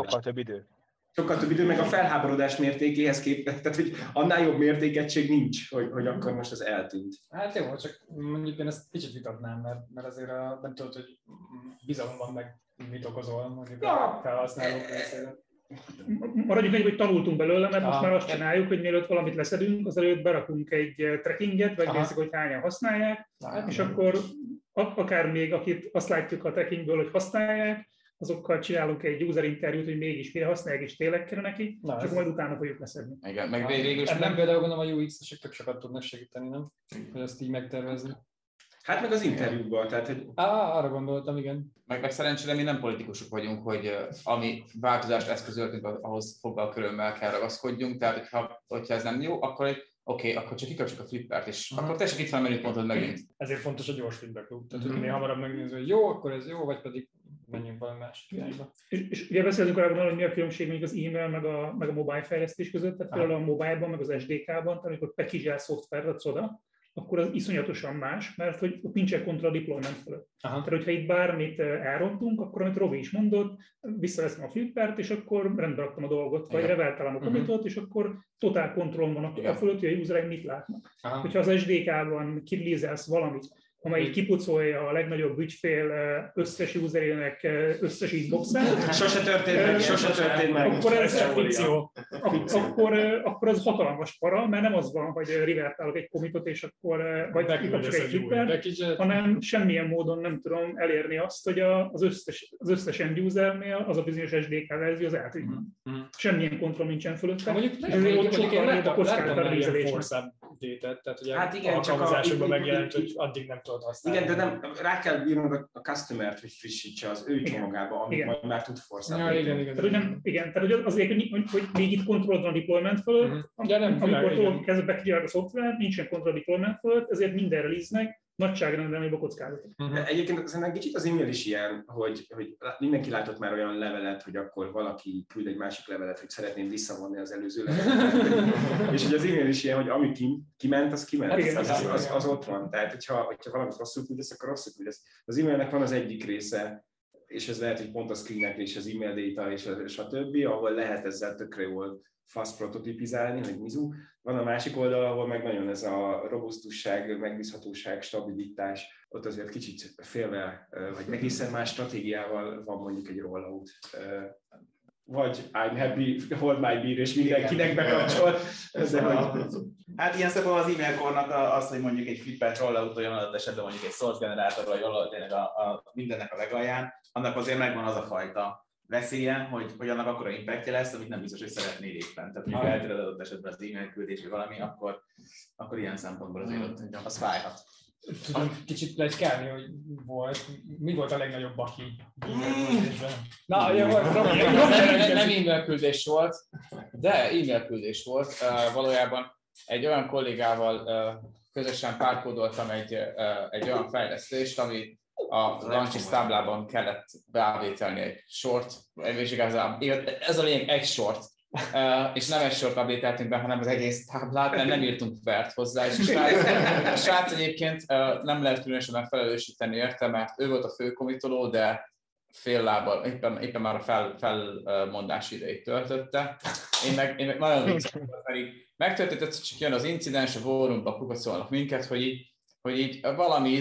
Sokkal több idő, meg a felháborodás mértékéhez képest, tehát hogy annál jobb mértékegység nincs, hogy akkor most ez eltűnt. Hát jó, csak mondjuk én ezt kicsit vitatnám, mert azért nem tudod, hogy bizalom van meg, mit okozol mondjuk a felhasználók részére. Maradjunk egy, hogy tanultunk belőle, mert most már azt csináljuk, hogy mielőtt valamit leszedünk, azelőtt berakunk egy trackinget, vagy nézzük, hogy hányan használják, és akkor akár még akit azt látjuk a trackingből, hogy használják, azokkal csinálunk egy user interjút, hogy mégis mire használják, és tényleg kell neki, csak majd utána fogjuk leszedni. Igen, meg végül is nem például gondolom a UX-esek tök sokat tudnak segíteni, nem? Hogy ezt így megtervezni. Hát meg az interjúkban, tehát hogy... Arra gondoltam, igen. Meg szerencsére mi nem politikusok vagyunk, hogy ami változást eszközöltünk, ahhoz foggal-körömmel kell ragaszkodjunk, tehát hogyha ez nem jó, akkor akkor csak kikapcsoljuk a flippert, és akkor tessék itt fel a menüpontod megint. Ezért fontos a gyors feedback loop, tehát hogy minél hamarabb megnézni, hogy jó, akkor ez jó, vagy pedig menjünk valami másik irányba. És ugye beszéltünk arról, hogy mi a különbség még az e-mail meg a mobile fejlesztés között, tehát például a mobile-ban, meg az SDK-ban, amikor package-el szoftvert adsz oda, akkor az iszonyatosan más, mert hogy ott nincsen kontroll a deployment fölött. Tehát, hogyha itt bármit elrontunk, akkor, amit Robi is mondott, visszaveszem a flippert, és akkor rendbe raktam a dolgot, vagy reveltelem a commitot, és akkor totál kontroll van a fölött, hogy a userek mit látnak. Hogyha az SDK-ban kireleaselsz valamit, amelyik kipucolja a legnagyobb ügyfél összes userének összes inboxát. Sose történt meg. Akkor ez fikció. Akkor az hatalmas para, mert nem az van, hogy revertálok egy commitot, és akkor vagy kikapcsolok egy flippert, hanem semmilyen módon nem tudom elérni azt, hogy az összes end usernél az a bizonyos SDK verzió az eltűnjön. Semmilyen kontroll nincsen fölötte. Hát igen, alkalmazásokban megjelent, hogy addig nem tudod használni. Igen, de nem, rá kell bírnod a customert, hogy frissítse az ő csomagába, amit majd már tud forszálni. Igen, tehát azért, hogy még itt kontrollod van a deployment fölött, amikor kezdve kigyárg a szoftver, nincsen kontroll a deployment fölött, ezért minden release-nek nagyságrendben jobb a kockázatok. Egyébként szerintem kicsit az e-mail is ilyen, hogy mindenki látott már olyan levelet, hogy akkor valaki küld egy másik levelet, hogy szeretném visszavonni az előző levelet. És hogy az e-mail is ilyen, hogy ami kiment, az kiment. Az ott van. Tehát, hogyha valamit rosszul küldesz, akkor rosszul küldesz. Az e-mailnek van az egyik része, és ez lehet, hogy pont a screenek és az e-mail data és a többi, ahol lehet ezzel tökre jól fast prototipizálni, hogy mizu. Van a másik oldal, ahol meg nagyon ez a robusztusság, megbízhatóság, stabilitás, ott azért kicsit félve, vagy egészen más stratégiával van mondjuk egy rollout. Vagy I'm happy, hold my beer, és mindenkinek bekapcsol. Hát ilyen szempontból az e-mail kornak az, hogy mondjuk egy flippert rolloutoljon adott esetben mondjuk egy source generátor, vagy valahol tényleg mindennek a legalján, annak azért megvan az a fajta veszélye, hogy annak akkora impactja lesz, amit nem biztos, hogy szeretnél éppen. Tehát mondjuk eltéred adott esetben az e-mail küldés, vagy valami, akkor ilyen szempontból azért ott az fájhat. Tudom kicsit pletykálni, hogy mi volt a legnagyobb baki e-mail-küldésben? Na, jó, nem e-mail küldés volt, de e-mail küldés volt. Valójában egy olyan kollégával közösen párkódoltam egy olyan fejlesztést, ami a Launches táblában kellett beállítani egy sort, és igazából ez a lényeg, egy sort. És nem egy sort update-eltünk be, hanem az egész táblát, mert nem írtunk vert hozzá, és a srác egyébként nem lehet különösen felelősíteni érte, mert ő volt a fő komitoló, de fél lábbal, éppen már a felmondási idejét töltötte. Én meg nagyon vicceltem, pedig megtörtént, hogy csak jön az incidens, a fórumba kukacolnak minket, hogy így valami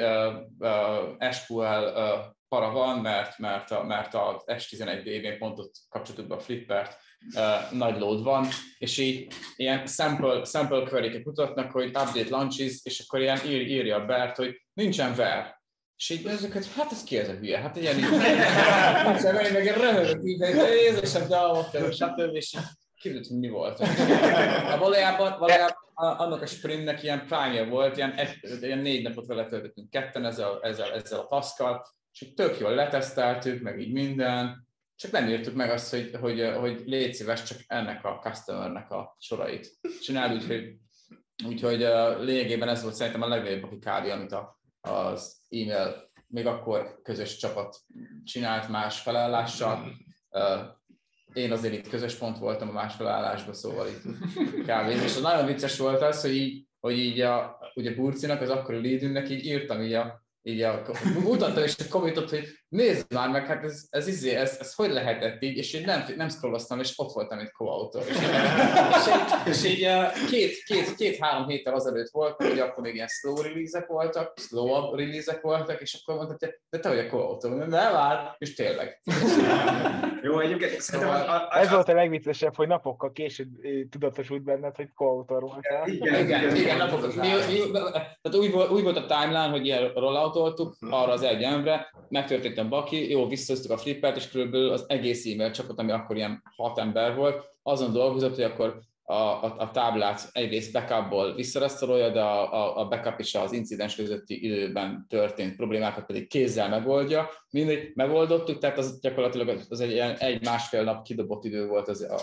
SQL para van, mert az S11 DB pontot kapcsolatuk be a flippert, nagy load van, és így ilyen sample query-ket mutatnak, hogy update launches, és akkor ilyen írja a Bert, hogy nincsen ver. És így nézzük, hogy hát ez ki ez a hülye? Hát ilyen nincsen ver, meg röhögök így, hogy érzésem, de stb. És kiderült, hogy mi volt. Valójában annak a sprintnek ilyen prime volt, ilyen 4 napot vele töltöttünk ketten ezzel a taskal, és tök jól leteszteltük, meg így minden, csak nem írtuk meg azt, hogy légy szíves, csak ennek a customernek a sorait csináld, úgyhogy lényegében ez volt szerintem a legnagyobb aki kávé, amit az e-mail még akkor közös csapat csinált más felállással. Én azért itt közös pont voltam a más felállásban, szóval itt kávé. És az nagyon vicces volt az, hogy így ugye Burcinak, az akkori leadünknek így írtam mutattam és kommentot, hogy nézd már meg, hát ez hogy lehetett így, és én nem scrolloztam, és ott voltam egy co-autor. És így két-három héttel azelőtt volt, hogy akkor még ilyen slow release-ek voltak, és akkor mondta, hogy de te vagy a co-autor, nem vár, és tényleg. Jó, egyébként szerintem... Ez volt a legviccesebb, hogy napokkal később tudatosult benned, hogy co-autor voltál. Igen, napokkal. Tehát úgy volt a timeline, hogy ilyen rolloutoltuk arra az egy emberre, megtörtént a baki, jó, visszahoztuk a flippert, és körülbelül az egész e-mail csapat, ami akkor ilyen 6 ember volt, azon dolgozott, hogy akkor a táblát egyrészt backupból visszarasztolja, de a backup és az incidens közötti időben történt problémákat pedig kézzel megoldja. Mindegy, megoldottuk, tehát az gyakorlatilag az egy másfél nap kidobott idő volt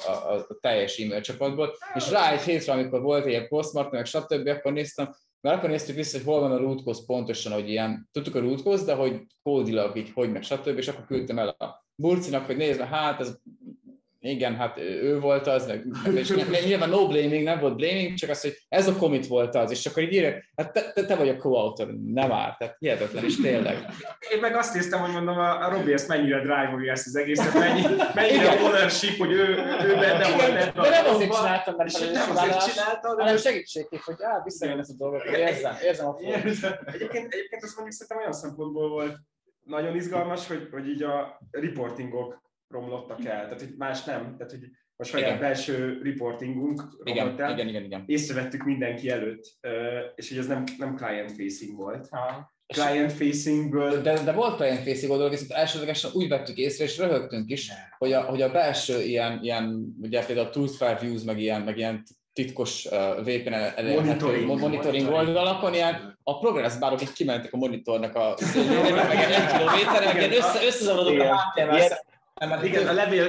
a teljes e-mail csapatból, és rá egy hétre, amikor volt ilyen postmortem, meg stb., akkor néztük vissza, hogy hol van a root cause pontosan, hogy ilyen, tudtuk a root cause, de hogy kódilag így, hogy meg stb., és akkor küldtem el a Burcinak, hogy nézd, hát ez igen, hát ő volt az, és nyilván no blaming, nem volt blaming, csak az, hogy ez a commit volt az, és akkor így írják, hát te vagy a co-author, nem áll, tehát hihetetlen is tényleg. Én meg azt néztem, hogy mondom, a Robi ezt mennyire drive-olja ezt az egészet, mennyire ownership, hogy ő benne volt. De nem azért csináltam, mert nem azért csináltam, hanem segítségképp, hogy visszajön ezt a dolgot, érzem a formát. Egyébként azt mondjuk szerintem olyan szempontból volt nagyon izgalmas, hogy így a reportingok romlottak el, tehát hogy más nem, tehát hogy a saját belső reportingunk romlott el, igen. Észrevettük mindenki előtt, és hogy ez nem client facing volt. Client facingből... De volt client facing oldal, viszont elsődlegesen úgy vettük észre, és röhögtünk is, hogy a belső ilyen ugye például Truthfire Views, meg ilyen titkos VPN monitoring oldalakon, ilyen a progress bárok így kimentek a monitornak a szélére, meg egy kilométerre, meg ilyen összezavarodott a háttérrel. Igen, a levél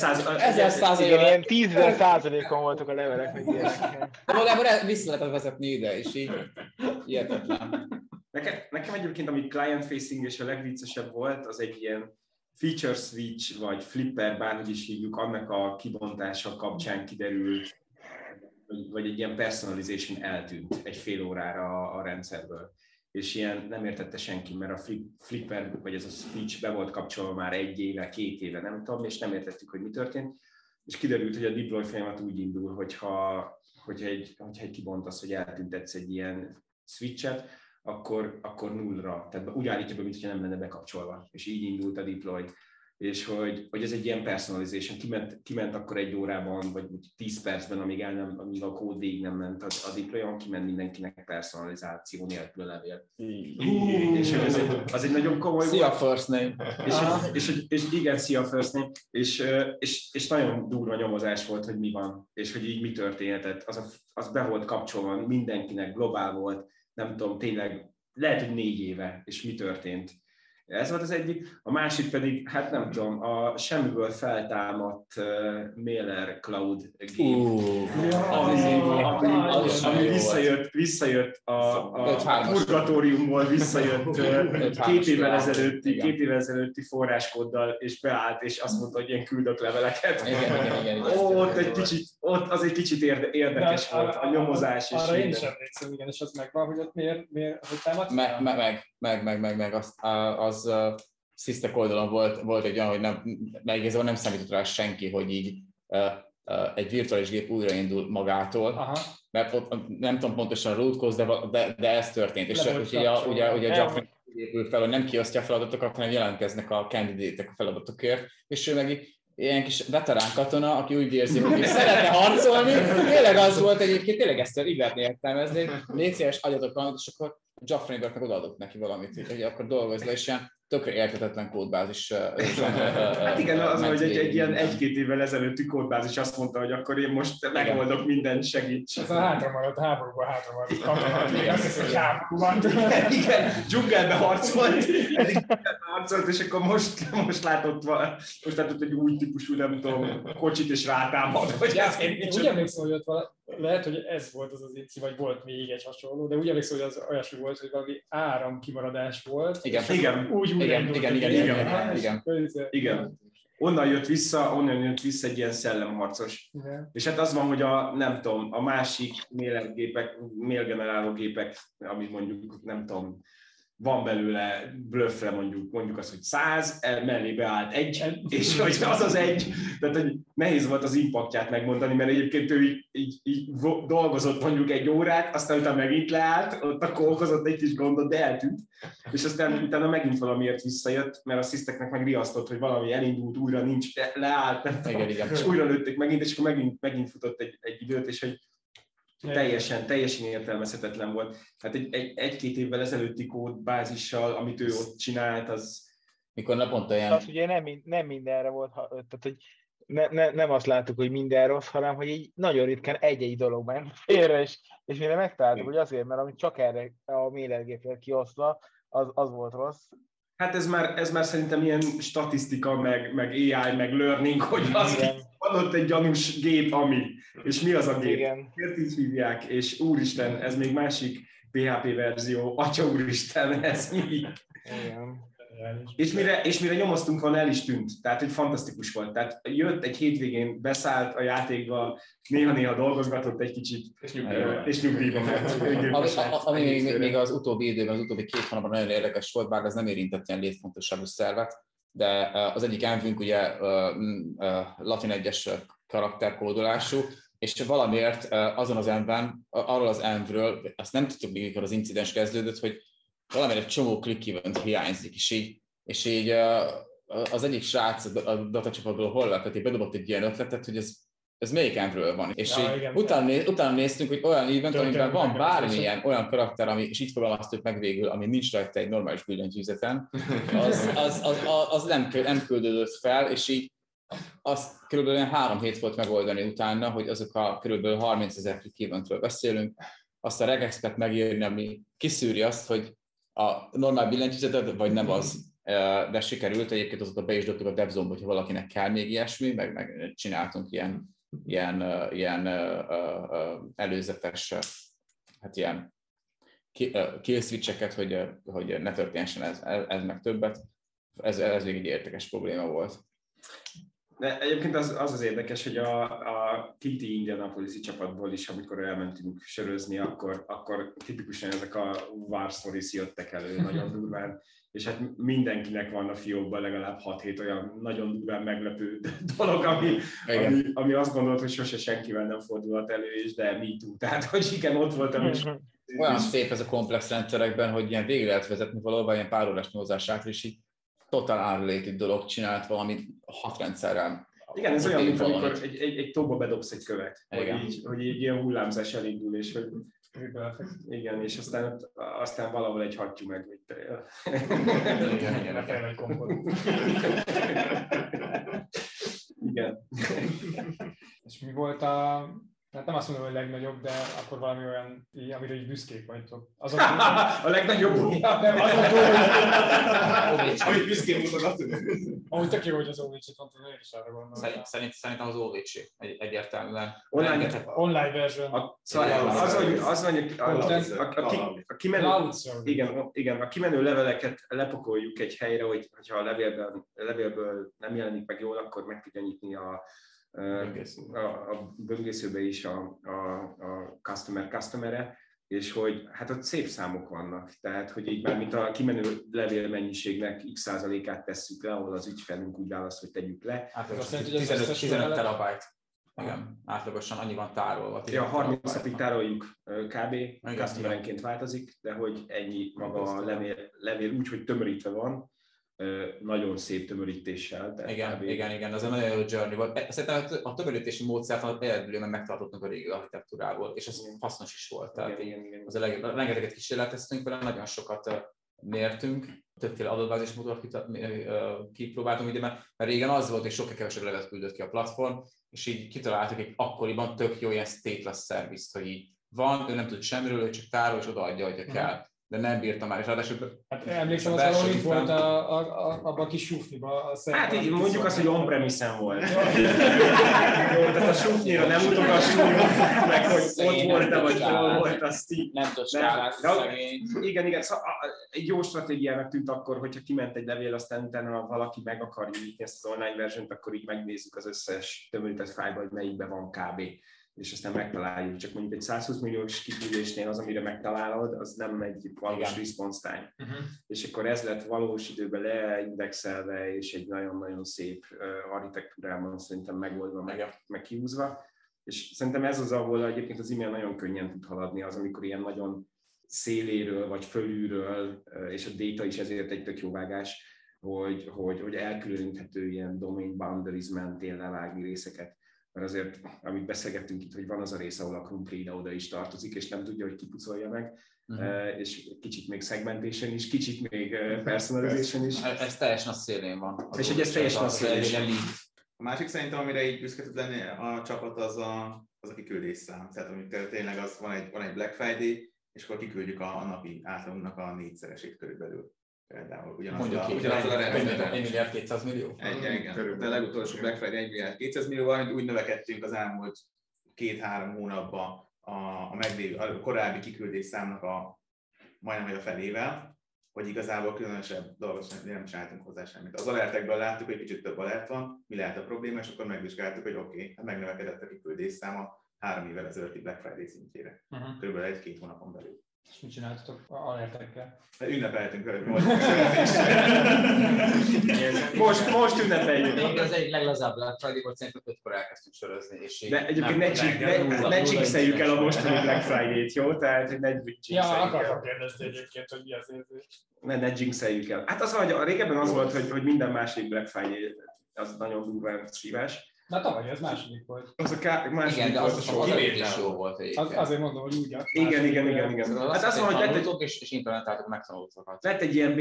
1000%. Igen, ilyen 10.000%-on voltak a levelek, meg ilyenek. Valójában vissza lehetett vezetni ide, és így hihetetlen. Nekem egyébként, ami client-facing és a legviccesebb volt, az egy ilyen feature switch, vagy flipper, bárhogy is hívjuk, annak a kibontása kapcsán kiderült, vagy egy ilyen personalization eltűnt egy fél órára a rendszerből. És ilyen nem értette senki, mert a flipper, vagy ez a switch be volt kapcsolva már 1 éve, 2 éve, nem tudom, és nem értettük, hogy mi történt. És kiderült, hogy a deploy folyamat úgy indul, hogyha egy kibontasz, hogy eltüntetsz egy ilyen switchet, akkor nullra, tehát úgy állítja be, mintha nem lenne bekapcsolva. És így indult a deploy. És hogy ez egy ilyen personalization, kiment akkor 1 órában, vagy 10 percben, amíg a kód végig nem ment a deployon, kiment mindenkinek personalizáció nélkül a levél. És az egy nagyon komoly Szia first name. És igen, szia first name. És nagyon durva nyomozás volt, hogy mi van, és hogy így mi történhetett. Az be volt kapcsolva, mindenkinek globál volt, nem tudom, tényleg lehet, hogy 4 éve, és mi történt. Ez volt az egyik, a másik pedig, hát nem tudom, a semmiből feltámadt Mailer Cloud gép, ami visszajött a purgatóriumból, visszajött 2 évvel ezelőtti forráskóddal, és beállt, és azt mondta, hogy ilyen küldök leveleket. Az egy kicsit érdekes volt, a nyomozás. Arra én is emlékszem, igen, és az megvan, hogy ott miért hogy támadt? Meg az Szisztek oldalon volt egy olyan, hogy nem számított rá senki, hogy így egy virtuális gép újraindul magától. Aha. Mert ott nem tudom pontosan a root cause, de ez történt. És ugye a Jaffrey épül fel, hogy nem kiosztja a feladatokat, hanem jelentkeznek a candidate-ek a feladatokért, és ő meg ilyen kis veterán katona, aki úgy érzi, hogy szeretne harcolni. Tényleg az volt egyébként, tényleg ezt így lehetne értelmezni. Légy szíves, adjatok valamit, és akkor Jaffrey meg odaadott neki valamit, hogy akkor dolgozz le, és ilyen tökre érthetetlen kódbázis. Hát igen, az, hogy egy ilyen 1-2 évvel ezelőtti kódbázis azt mondta, hogy akkor én most megoldok mindent, segíts. Ez a hátramaradott háborúban katona, azt hiszem, hogy háborúban. Igen, dzsungelbe harcolt, és akkor most látott egy új típusú, nem tudom, kocsit és rátámad. Úgy emlékszem, hogy ott lehet, hogy ez volt az az inci, vagy volt még egy hasonló, de úgy emlékszem, hogy az olyasmi volt, hogy valami áramkimaradás volt. Igen. Onnan jött vissza egy ilyen szellemharcos. Igen. És hát az van, hogy a másik mailgeneráló gépek, amit mondjuk, nem tudom, van belőle bluffre mondjuk azt, hogy 100, mellé beállt 1, és hogy az az 1, tehát hogy nehéz volt az impactját megmondani, mert egyébként ő így dolgozott mondjuk 1 órát, aztán utána megint leállt, ott akkor okozott egy kis gondot, de eltűnt, és aztán utána megint valamiért visszajött, mert a sziszteknek meg riasztott, hogy valami elindult, újra nincs, leállt, igen. És újra lőtték megint, és akkor megint futott egy időt, és hogy teljesen értelmezhetetlen volt. Hát egy-két évvel ezelőtti kódbázissal, amit ő ott csinált, az... Mikor naponta ilyen... Az ugye nem mindenre volt, tehát hogy nem azt láttuk, hogy minden rossz, hanem hogy így nagyon ritkán egy-egy dolog ment félre, és mire megtaláltuk, hogy azért, mert amit csak erre a méretgépre kiosztva, az volt rossz. Hát ez már szerintem ilyen statisztika, meg AI, meg learning, hogy van ott egy gyanús gép, és mi az a gép? Igen. Miért így hívják? És úristen, ez még másik PHP verzió, atya úristen, ez mi? Igen. És mire nyomoztunk volna, el is tűnt. Tehát, hogy fantasztikus volt. Tehát jött egy hétvégén, beszállt a játékba, néha-néha dolgozgatott egy kicsit, és nyugdíjba ment. Ami még az utóbbi időben, az utóbbi 2 hónapban nagyon érdekes volt, bár ez nem érintett ilyen létfontosságú szervet, de az egyik envünk ugye latin 1-es karakterkódolású, és valamiért azon az envben, arról az envről, azt nem tudtuk, mikor az incidens kezdődött, hogy valamire egy csomó click event hiányzik, és így az egyik srác a datacsapatból Horváth bedobott egy ilyen ötletet, hogy ez melyik envről van. És utána néztünk, hogy olyan event, amiben van bármilyen olyan karakter, és így fogalmaztuk meg végül, ami nincs rajta egy normális billentyűzeten, az nem küldődött fel, és így azt körülbelül 3 hét volt megoldani utána, hogy azok a körülbelül 30 000 click eventről beszélünk, azt a regexpet megírni, ami kiszűri azt, hogy a normál billentyűzetet, vagy nem az, de sikerült, egyébként azokat be is dobtuk a DevZone-ba, hogyha valakinek kell még ilyesmi, meg csináltunk ilyen előzetes, hát ilyen kill switcheket, hogy ne történjen ez meg többet. Ez még egy érdekes probléma volt. De egyébként az érdekes, hogy a TT Indianapolis-i csapatból is, amikor elmentünk sörözni, akkor tipikusan ezek a war stories jöttek elő nagyon durván, és hát mindenkinek van a fiókban legalább 6-7 olyan nagyon durván meglepő dolog, ami azt gondolt, hogy sose senkivel nem fordulhat elő, és de me too. Tehát, hogy igen, ott voltam is. Olyan szép ez a komplex rendszerekben, hogy ilyen végig lehet vezetni valóban ilyen pár órás nyomozás át, és így total unrelated dolog csinált valamit 6 rendszerrel. Igen, ez olyan, mint amikor egy tóba bedobsz egy követ, hogy így ilyen hullámzás elindul, és hogy igen, és aztán valahol egy hattyú megvitte. Igen. És mi volt hát nem azt mondom, hogy legnagyobb, de akkor valami olyan, amire így büszkék vagytok. A legnagyobb? Nem, azon túl, Amit büszkén mutogat. ahogy tök jó, hogy az OVC-t mondtad, én is arra gondolom. Szerintem az OVC egyértelműen. Online version. A kimenő leveleket lepakoljuk egy helyre, hogyha a levélből nem jelenik meg jól, akkor meg tudja nyitni a böngészőbe is a customer-e, és hogy hát ott szép számok vannak, tehát hogy így már mint a kimenő levél mennyiségnek x%-át tesszük le, ahol az ügyfelünk úgy választ, hogy tegyük le. Hát azt jelenti, hogy 15 terabyte. Igen, átlagosan annyi van tárolva. Ja, 30 napig tároljuk kb. Customerenként változik, de hogy ennyi maga a levél úgy, hogy tömörítve van, nagyon szép tömörítéssel. Igen, az egy nagyon jó journey volt. Szerintem a tömörítési módszert eredetileg megtartottunk a régi architektúrából, és ez hasznos is volt. Tehát az rengeteget kísérleteztünk vele, nagyon sokat mértünk, többféle adatbázismódot kipróbáltunk időben, mert régen az volt, hogy sokkal kevesebb levet küldött ki a platform, és így kitaláltuk egy akkoriban tök jó ilyen stateless service-t, hogy így van, ő nem tud semmiről, ő csak tárol és odaadja, hogyha kell. De nem bírtam már, és ráadásul... Hát emlékszem, az valahol itt volt abban a kis sufniban. Hát így mondjuk azt, hogy on-premise-en volt. Tehát a sufnyira nem utogassunk, meg hogy ott volt-e, vagy hol volt, azt így... Nem tudsz skálálni. Igen, szóval egy jó stratégiának tűnt akkor, hogyha kiment egy levél, aztán utána valaki meg akarja nyitni ezt az online verziót, akkor így megnézzük az összes tömörített fájlba, hogy melyikben van kb. És aztán megtaláljuk. Csak mondjuk egy 120 milliós kiküldésnél az, amire megtalálod, az nem egy valós response time. És akkor ez lett valós időben leindexelve, és egy nagyon-nagyon szép architektúrában szerintem megoldva, meg kihúzva. És szerintem ez az, ahol egyébként az e-mail nagyon könnyen tud haladni, az, amikor ilyen nagyon széléről, vagy fölülről, és a data is ezért egy tök jó vágás, hogy elkülöníthető ilyen domain boundaries mentén levágni részeket. Mert azért, amit beszélgettünk itt, hogy van az a rész, ahol a krumpli oda is tartozik, és nem tudja, hogy kipucolja meg, és kicsit még segmentation is, kicsit még personalization is. Ez teljesen a szélén van. És hogy ez teljesen a szélén van. A másik szerintem, amire így büszke tud lenni a csapat, az a kiküldésszám. Tehát amikor tényleg az van egy Black Friday, és akkor kiküldjük a napi átlagunknak a 4-szeresét körülbelül. Például Mondjuk ugyanazzal a rendszerben. 1 milliárd 200 millió? Igen. De a legutolsó Black Friday 1 milliárd 200 millióval, úgy növekedtünk az elmúlt 2-3 hónapban a korábbi kiküldés számnak majdnem a felével, hogy igazából különösebb dolgot nem csináltunk hozzá semmit. Az alertekből láttuk, hogy kicsit több alert van, mi lehet a probléma, és akkor megvizsgáltuk, hogy oké, hát megnövekedett a kiküldés száma 3 évvel ezelőtti Black Friday szintjére. Körülbelül 1-2 hónapon belül. És mit csináltatok alertekkel? Ünnepeltünk velük. Most ünnepeljük. Még az egyik leglazább Black Friday volt, szerintem 5-kor elkezdtünk sörözni. És de egyébként ne jinxeljük el a mostani Black Friday-t, jó? Tehát, hogy ne jinxeljük el. Ja, akartam kérdezni egyébként, hogy mi az érzés. Ne jinxeljük el. Hát az, hogy régebben az volt, hogy minden második Black Friday az nagyon durván szívás. Na tavaly ez második volt. Az a második igen, de volt az a kivétel jó volt egyébként. Azért mondom, hogy úgy. Igen. Hát azt mondom, hogy tanultok és implementáltok megtanultokat. Lett egy ilyen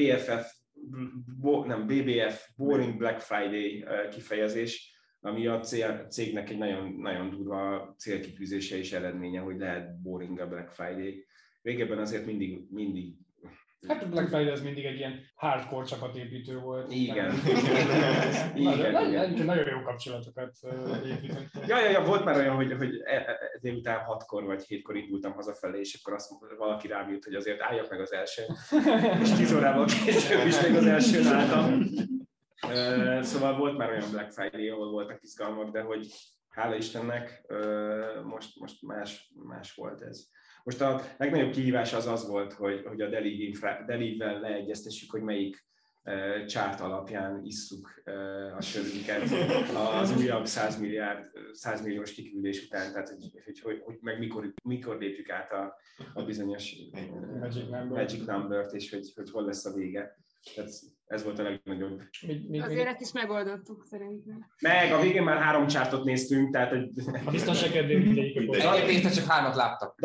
BBF, Boring Black Friday kifejezés, ami a cégnek egy nagyon, nagyon durva célkitűzése és eredménye, hogy lehet boring a Black Friday. Régebben azért mindig hát a Black Friday az mindig egy ilyen hardcore csapatépítő volt. Igen. Nagyon jó kapcsolatokat építünk. Ja, volt már olyan, hogy délután 6-kor vagy 7-kor indultam hazafelé, és akkor valaki rám jött, hogy azért álljak meg az elsőn. És 10 órával később is még az elsőn álltam. Szóval volt már olyan Black Friday, ahol voltak izgalmak, de hogy hála Istennek most más volt ez. Most a legnagyobb kihívás az volt, hogy a Delivel leegyeztessük, hogy melyik csárt alapján isszuk a sörünket az újabb 100 milliós kiküldés után, tehát hogy meg mikor lépjük át a bizonyos Magic Number-t, és hogy hol lesz a vége. Tehát ez volt a legnagyobb. Azért ezt is megoldottuk szerintem. A végén már 3 csártot néztünk, tehát hogy... A biztonság kedvéért Egyébként csak 3-at láttak.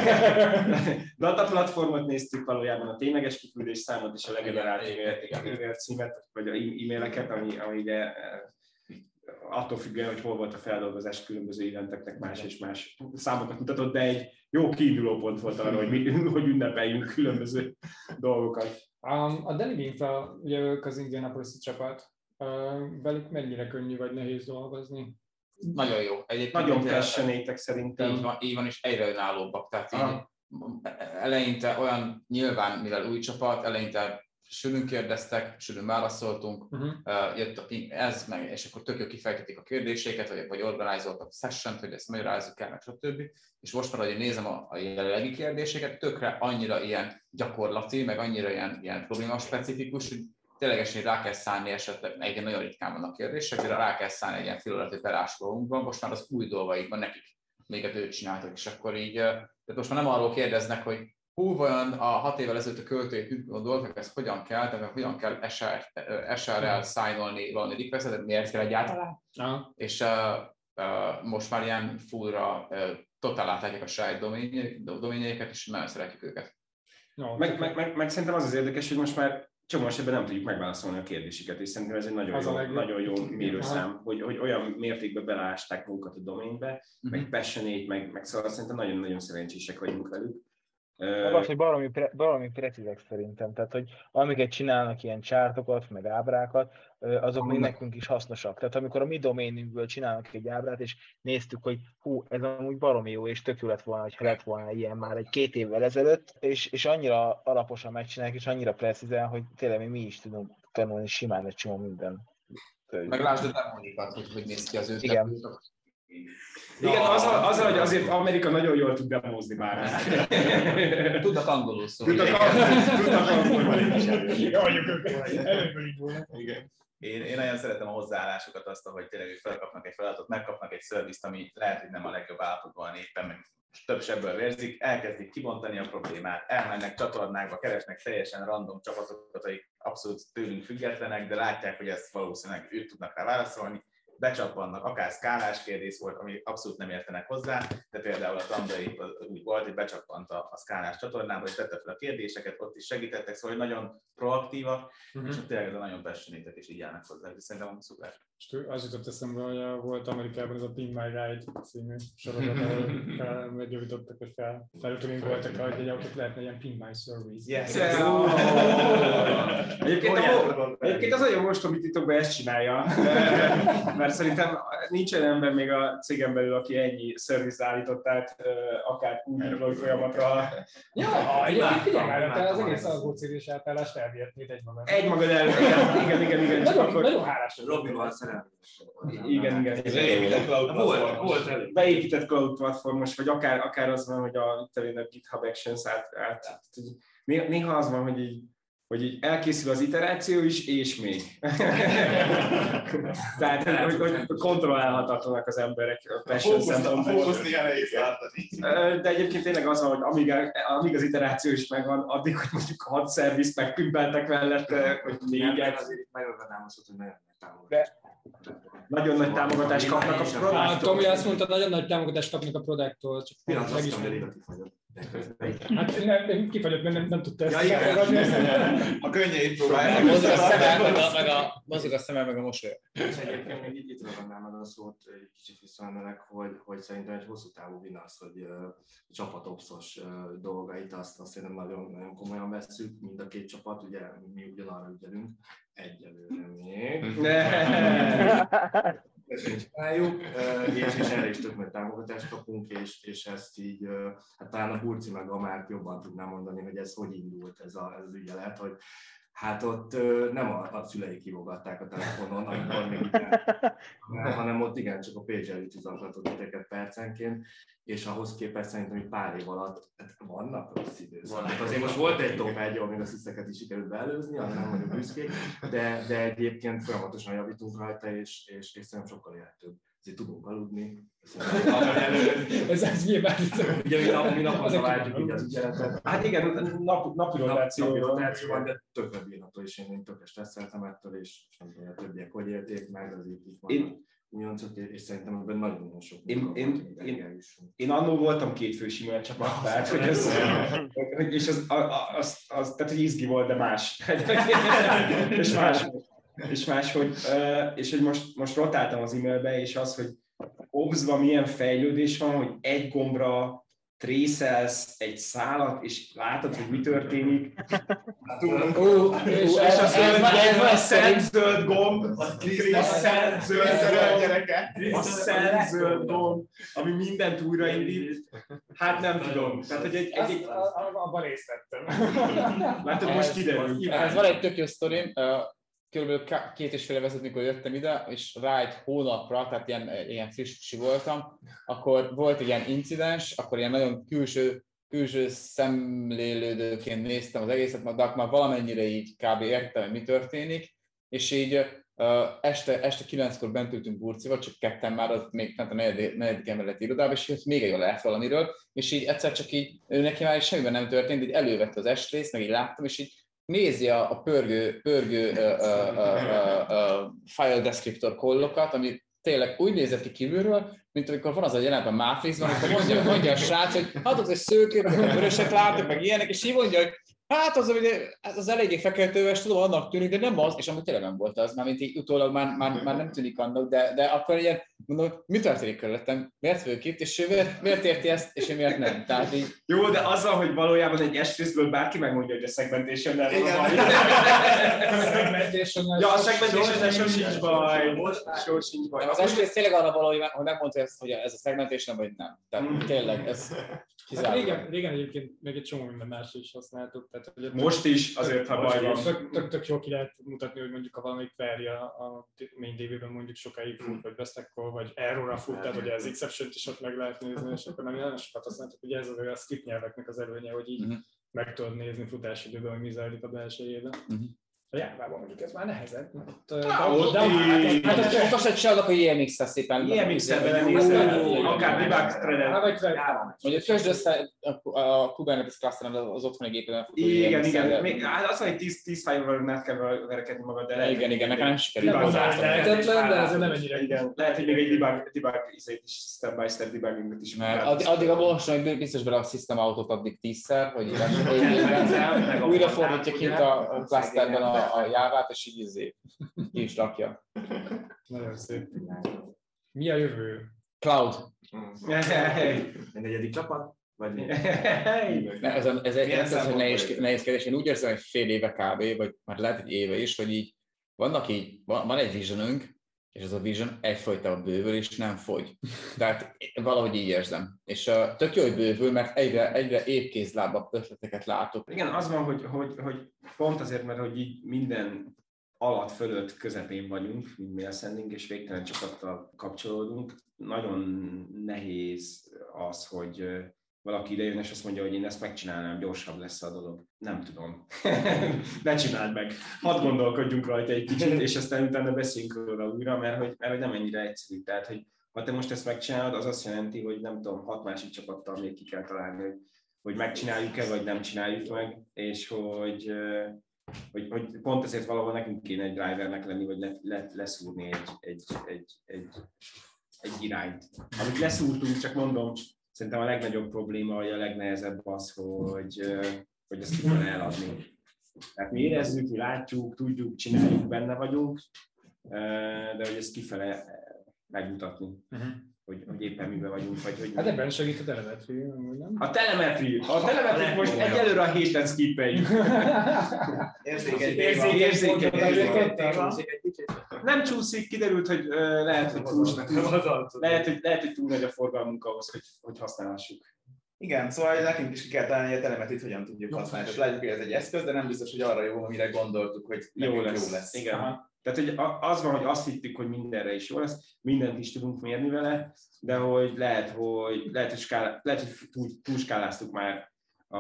Data platformot néztük, valójában a tényleges kiküldés számot és a legenerált e-mail címet, vagy a e-maileket, ami ugye attól függően, hogy hol volt a feldolgozás, különböző eventeknek más és más számokat mutatott, de egy jó kiinduló pont volt arra, hogy ünnepeljünk különböző dolgokat. A Deli Infra, ugye ők az Indianapolis-i csapat, velük mennyire könnyű vagy nehéz dolgozni? Nagyon jó. Egyébként nagyon passionate-ek szerintem. Így van, és egyre önállóbbak. Tehát így eleinte olyan, nyilván, mivel új csapat, eleinte sűrűn kérdeztek, sűrűn válaszoltunk, jött a ping, és akkor tök jó kifejtették a kérdéseket, vagy organizoltak a sessiont, hogy ezt magyarázzuk el, meg stb. És most már, hogy nézem a jelenlegi kérdéseket, tökre annyira ilyen gyakorlati, meg annyira ilyen problémaspecifikus, hogy ténylegesen rá kell szállni esetleg, egyébként nagyon ritkán vannak kérdések, de rá kell szállni egy ilyen filolati berásolónkban, most már az új dolgaikban nekik még őt csináltak, és akkor így, tehát most már nem arról kérdeznek, hogy vajon a 6 évvel ezelőtt a költőjét mit gondoltak, ez hogyan kell, tehát hogyan kell SR-rel szájnolni valami requestet, miért kell egyáltalán. És most már ilyen fullra totál átlátják a saját doményeiket, és nagyon szeretjük őket. Meg szerintem az érdekes, hogy most már csomó esetben nem tudjuk megválaszolni a kérdéseket, és szerintem ez egy nagyon jó mérőszám, hogy olyan mértékben beleásták magukat a doménybe, meg passionate, meg szóval szerintem nagyon-nagyon szerencsések vagyunk velük. Az, hogy valami precízek szerintem, tehát hogy amiket csinálnak ilyen csártokat, meg ábrákat, azok még nekünk is hasznosak. Tehát amikor a mi doménünkből csinálnak egy ábrát, és néztük, hogy ez amúgy baromi jó, és tök jó lett volna, hogyha lett volna ilyen már 2 évvel ezelőtt, és annyira alaposan megcsinálják, és annyira precízen, hogy tényleg mi is tudunk tanulni simán egy csomó minden. Meg lásd a demonikat, hogy néz ki az ő. Igen, azzal, hogy azért Amerika nagyon jól tud demózni már. Tudnak angolul szólni. Tudnak angolul is. Előbből így volna. Én nagyon szeretem a hozzáállásokat, azt, hogy tényleg felkapnak egy feladatot, megkapnak egy szervizt, ami lehet, hogy nem a legjobb állapotban éppen, meg több sebből vérzik, elkezdik kibontani a problémát, elmennek csatornákba, keresnek teljesen random csapatokat, akik abszolút tőlünk függetlenek, de látják, hogy ezt valószínűleg ők tudnak rá válaszolni, becsappannak, akár szkálás kérdés volt, ami abszolút nem értenek hozzá, de például a Tandai úgy volt, hogy becsappant a szkálás csatornába, és tette fel a kérdéseket, ott is segítettek, szóval hogy nagyon proaktívak, és tényleg ez a nagyon passionate-ek is így állnak hozzá, és szerintem szuper. És az jutott eszembe, hogy volt Amerikában ez a Pin My Ride című sorozat, ahol megjavítottak, hogy feltűningoltak, hogy egy autót lehetne ilyen Pin My Service. Yes. Egyébként az olyan most, amit titokban ezt csinálja, mert szerintem nincs olyan ember még a cégen belül, aki ennyi szervizt állított át, akár úgy folyamatra. Ja, egyébként figyelj, te az egész algócérés átállást elvihetnéd egymagad. Egymagad el, igen. Nagyon hálás vagy. Robival szerelmes. Igen. Beépített cloud platformos, vagy akár az van, hogy a GitHub Actions át. Néha az van, hogy így elkészül az iteráció is, és még. Tehát, hogy kontrollálhatatlanak az emberek passion szempontból. De egyébként tényleg az van, hogy amíg az iteráció is megvan, addig, hogy mondjuk 6 szervizt megpimpeltek mellette, hogy négyet. Azért megoldanám azt, hogy nagyon megtámogatás. Nagyon nagy támogatást kapnak a Product-tól. Tomi azt mondta, nagyon nagy támogatást kapnak a Product-tól. Hát én kifagyott, mert nem tudta ezt elfogadni. A könnyeit próbálják. Mozog a szemem, meg a mosoly. És egyébként még itt ragadnám meg a szót, egy kicsit visszamenőleg, hogy szerintem egy hosszú távú vina az, hogy a csapatopszos dolgait azt szerintem nagyon komolyan vesszük, mind a két csapat, ugye mi ugyanarra ügyelünk, egyelőre még. Csináljuk, és erre is több nagy támogatást kapunk, és ezt így, hát talán a Burci meg a Márk jobban tudná mondani, hogy ez hogy indult ez az ügyelet, hogy hát ott nem a szüleik hívogatták a telefonon, amikor még hanem ott igencsak a pager ütizaklatott titeket percenként, és ahhoz képest szerintem, hogy pár év alatt vannak rossz időszakok. Azért most volt egy top 1, ahol még a sziszeket is sikerült beelőzni, arra nem vagyok büszkék, de egyébként folyamatosan javítunk rajta, és szerintem sokkal élhetőbb. Azért tudunk aludni. Ez nyilván. Ugye mi naponta váltjuk így az ügyeletet. Hát igen, napi rotáció van, de tökre bírható, és én tökre stresszeltem ettől, és nem tudom, a többiek hogy élték meg, az itt van. És szerintem ebben nagyon sok én annól voltam 2 fős e-mail csapat, tehát hogy ez, és az tehát hogy izgi volt, de más. és hogy most rotáltam az e-mailbe, és az, hogy obzva milyen fejlődés van, hogy egy gombra trészelsz egy szálat, és látod, hogy mi történik. És a szent-zöld gomb, a szent-zöld gomb, ami mindent újraindít. Hát nem tudom. Tehát, hogy abban részt vettem. Látod, most kiderül. Ez van egy tök jó sztorim. Körülbelül 2,5 éve, mikor jöttem ide, és rá egy hónapra, tehát ilyen friss voltam, akkor volt egy ilyen incidens, akkor ilyen nagyon külső szemlélődőként néztem az egészet, de akkor már valamennyire így kb. Értem, hogy mi történik, és így este 9-kor bent ültünk Burcival, csak ketten már ott még fent a negyedik emeleti irodában, és még egy lehet valamiről, és így egyszer csak így, neki már semmiben nem történt, így elővette az estrészt, meg így láttam, és így nézi a pörgő file descriptor kollokat, ami tényleg úgy nézett ki kívülről, mint amikor van az a jelenet a Matrixban, amikor mondja a srác, hogy hát az egy szőke, meg vöröset látok, meg ilyenek, és így mondja, hogy hát az eléggé feketőves, tudom, annak tűnik, de nem az, és amúgy tényleg nem volt az, már mint így utólag már nem tűnik annak, de akkor ilyen, mondom, mi történik körülöttem, miért vagyok itt, és ő miért érti ezt, és én miért nem. Tehát így... Jó, de azzal, hogy valójában egy S-részből bárki megmondja, hogy a segmentation-nel van. Ja, a segmentation-nel sem sincs baj. Az S-rész tényleg arra való, hogy megmondta ezt, hogy ez a segmentation, vagy nem. Tehát tényleg, ez... Hát régen egyébként még egy csomó minden más is használtuk. Tehát, hogy most is azért, ha baj van. Tök jól ki lehet mutatni, hogy mondjuk ha valamelyik query a main DB-ben mondjuk sokáig fut, vagy Bestack-kol, vagy errorra fut, tehát ugye az exception-t is ott meg lehet nézni, és akkor nagyon sokat használtuk. Ugye ez az a script nyelveknek az előnye, hogy így meg tudod nézni futásidőben, hogy mi zajlik a belsejében. A Jávában mondjuk ez már nehezebb. Hát most egy csinálok, hogy IMX-szel szépen. IMX-szel belenézel, akár debug thread-et. Mondjuk közd össze a Kubernetes clusteren az otthoni gépében. Igen. Hát az, hogy 10 file-val nem kell verekedni magad, de... Igen, nekem nem sikerült. Lehetetlen, de ez nem ennyire. Igen. Lehet, hogy még egy debug izét is, step-by-step debuggingot is. Addig a motion biztos bele a system autót addig 10-szer, hogy újra fordítja kint a clusterben a Jávát, és így ki is rakja. Nagyon szép. Mi a jövő? Cloud. A negyedik csapat? Vagy mi? Ez egy nehéz kérdés. Én úgy érzem, hogy fél éve kb, vagy már lehet egy éve is, hogy így van egy visionünk, és ez a vision egyfajta bővül, és nem fogy. Tehát valahogy így érzem. És tök jó, hogy bővül, mert egyre épkézlábabb ötleteket látok. Igen, az van, hogy pont azért, mert hogy így minden alatt, fölött, közepén vagyunk, mint mail-sending, és végtelen csapattal kapcsolódunk. Nagyon nehéz az, hogy valaki idejön, és azt mondja, hogy én ezt megcsinálnám, gyorsabb lesz a dolog. Nem tudom. Ne csináld meg. Hadd gondolkodjunk rajta egy kicsit, és aztán utána beszéljünk róla újra, mert hogy nem ennyire egyszerű. Tehát, hogy ha te most ezt megcsinálod, az azt jelenti, hogy nem tudom, 6 másik csapattal még ki kell találni, hogy megcsináljuk-e, vagy nem csináljuk meg, és hogy pont ezért valahol nekünk kéne egy drivernek lenni, vagy leszúrni egy irányt. Amit leszúrtunk, csak mondom, szerintem a legnagyobb probléma, vagy a legnehezebb az, hogy ezt ki kell eladni. Tehát mi érezzük, mi látjuk, tudjuk, csináljuk, benne vagyunk, de hogy ezt kifele megmutatni, hogy éppen miben vagyunk, vagy hogy... Hát ebben segít a telemetri, nem? A telemetri most egyelőre a héten skippeljük. Érzékeny. Nem csúszik, kiderült, hogy lehet, hogy túl nagy a forgalmunk ahhoz, hogy használhassuk. Igen, szóval nekünk is ki kell találni, hogy a telemetrit hogyan tudjuk használni. Tehát látjuk, hogy ez egy eszköz, de nem biztos, hogy arra jó, amire gondoltuk, hogy jó lesz. Igen. Tehát hogy az van, hogy azt hittük, hogy mindenre is jó lesz, mindent is tudunk mérni vele, de hogy lehet, hogy túlskáláztuk már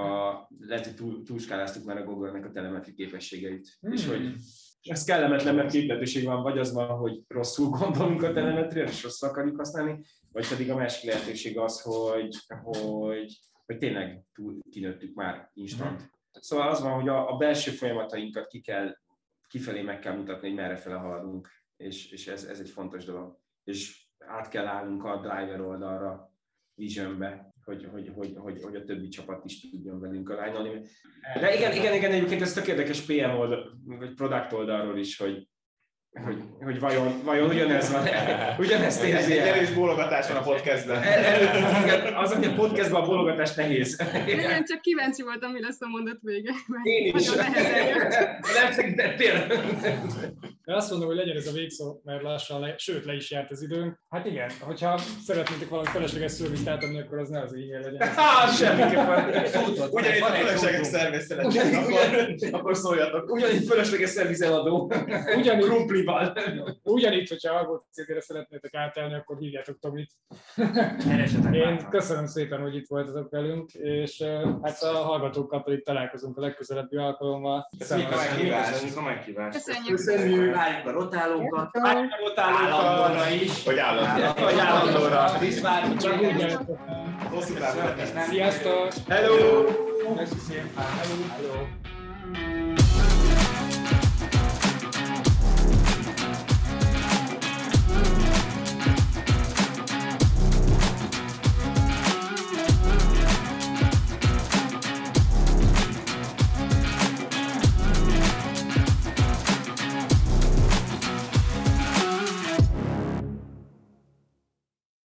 a Google-nek a telemetri képességeit. És hogy ez kellemetlen, mert két lehetőség van, vagy az van, hogy rosszul gondolunk a telemetriát, és rosszul akarjuk használni, vagy pedig a másik lehetőség az, hogy tényleg kinőttük már instant. Szóval az van, hogy a belső folyamatainkat kifelé meg kell mutatni, hogy merrefele haladunk, és ez egy fontos dolog. És át kell állnunk a driver oldalra, visionbe, hogy a többi csapat is tudjon velünk alányolni. De igen, egyébként ez tök érdekes PM oldal, vagy product oldalról is, hogy vajon ugyanez van, ugyanezt érzi el. Erős bólogatás van a podcastben. Az, hogy a podcastban a bólogatás nehéz. Én csak kíváncsi voltam, mi lesz a mondat vége. Én is. Nem segítettél. Én azt mondom, hogy legyen ez a végszó, mert lassan, sőt le is járt az időnk. Hát igen, hogyha szeretnétek valami felesleges szörvist átadni, akkor az ne az e-mail legyen. Semmiképpen. Ugyanígy a felesleges szerviz szeretnék, akkor szóljatok. Ugyanígy felesleges szerviz eladó. Krumplival. Ugyanígy, hogyha Argo CD-re szeretnétek átállni, akkor hívjátok Tomit. Én köszönöm szépen, hogy itt voltatok velünk, és hát a hallgatókkal pedig találkozunk a legközelebbi alkalommal. Köszönjük a meghívást. Köszönjük. Várjuk a rotálókat. Állandóra is. Hogy állandóra. Csak úgy lehet. Hosszú távon. Sziasztok! Hello! Köszönjük szépen! Hello!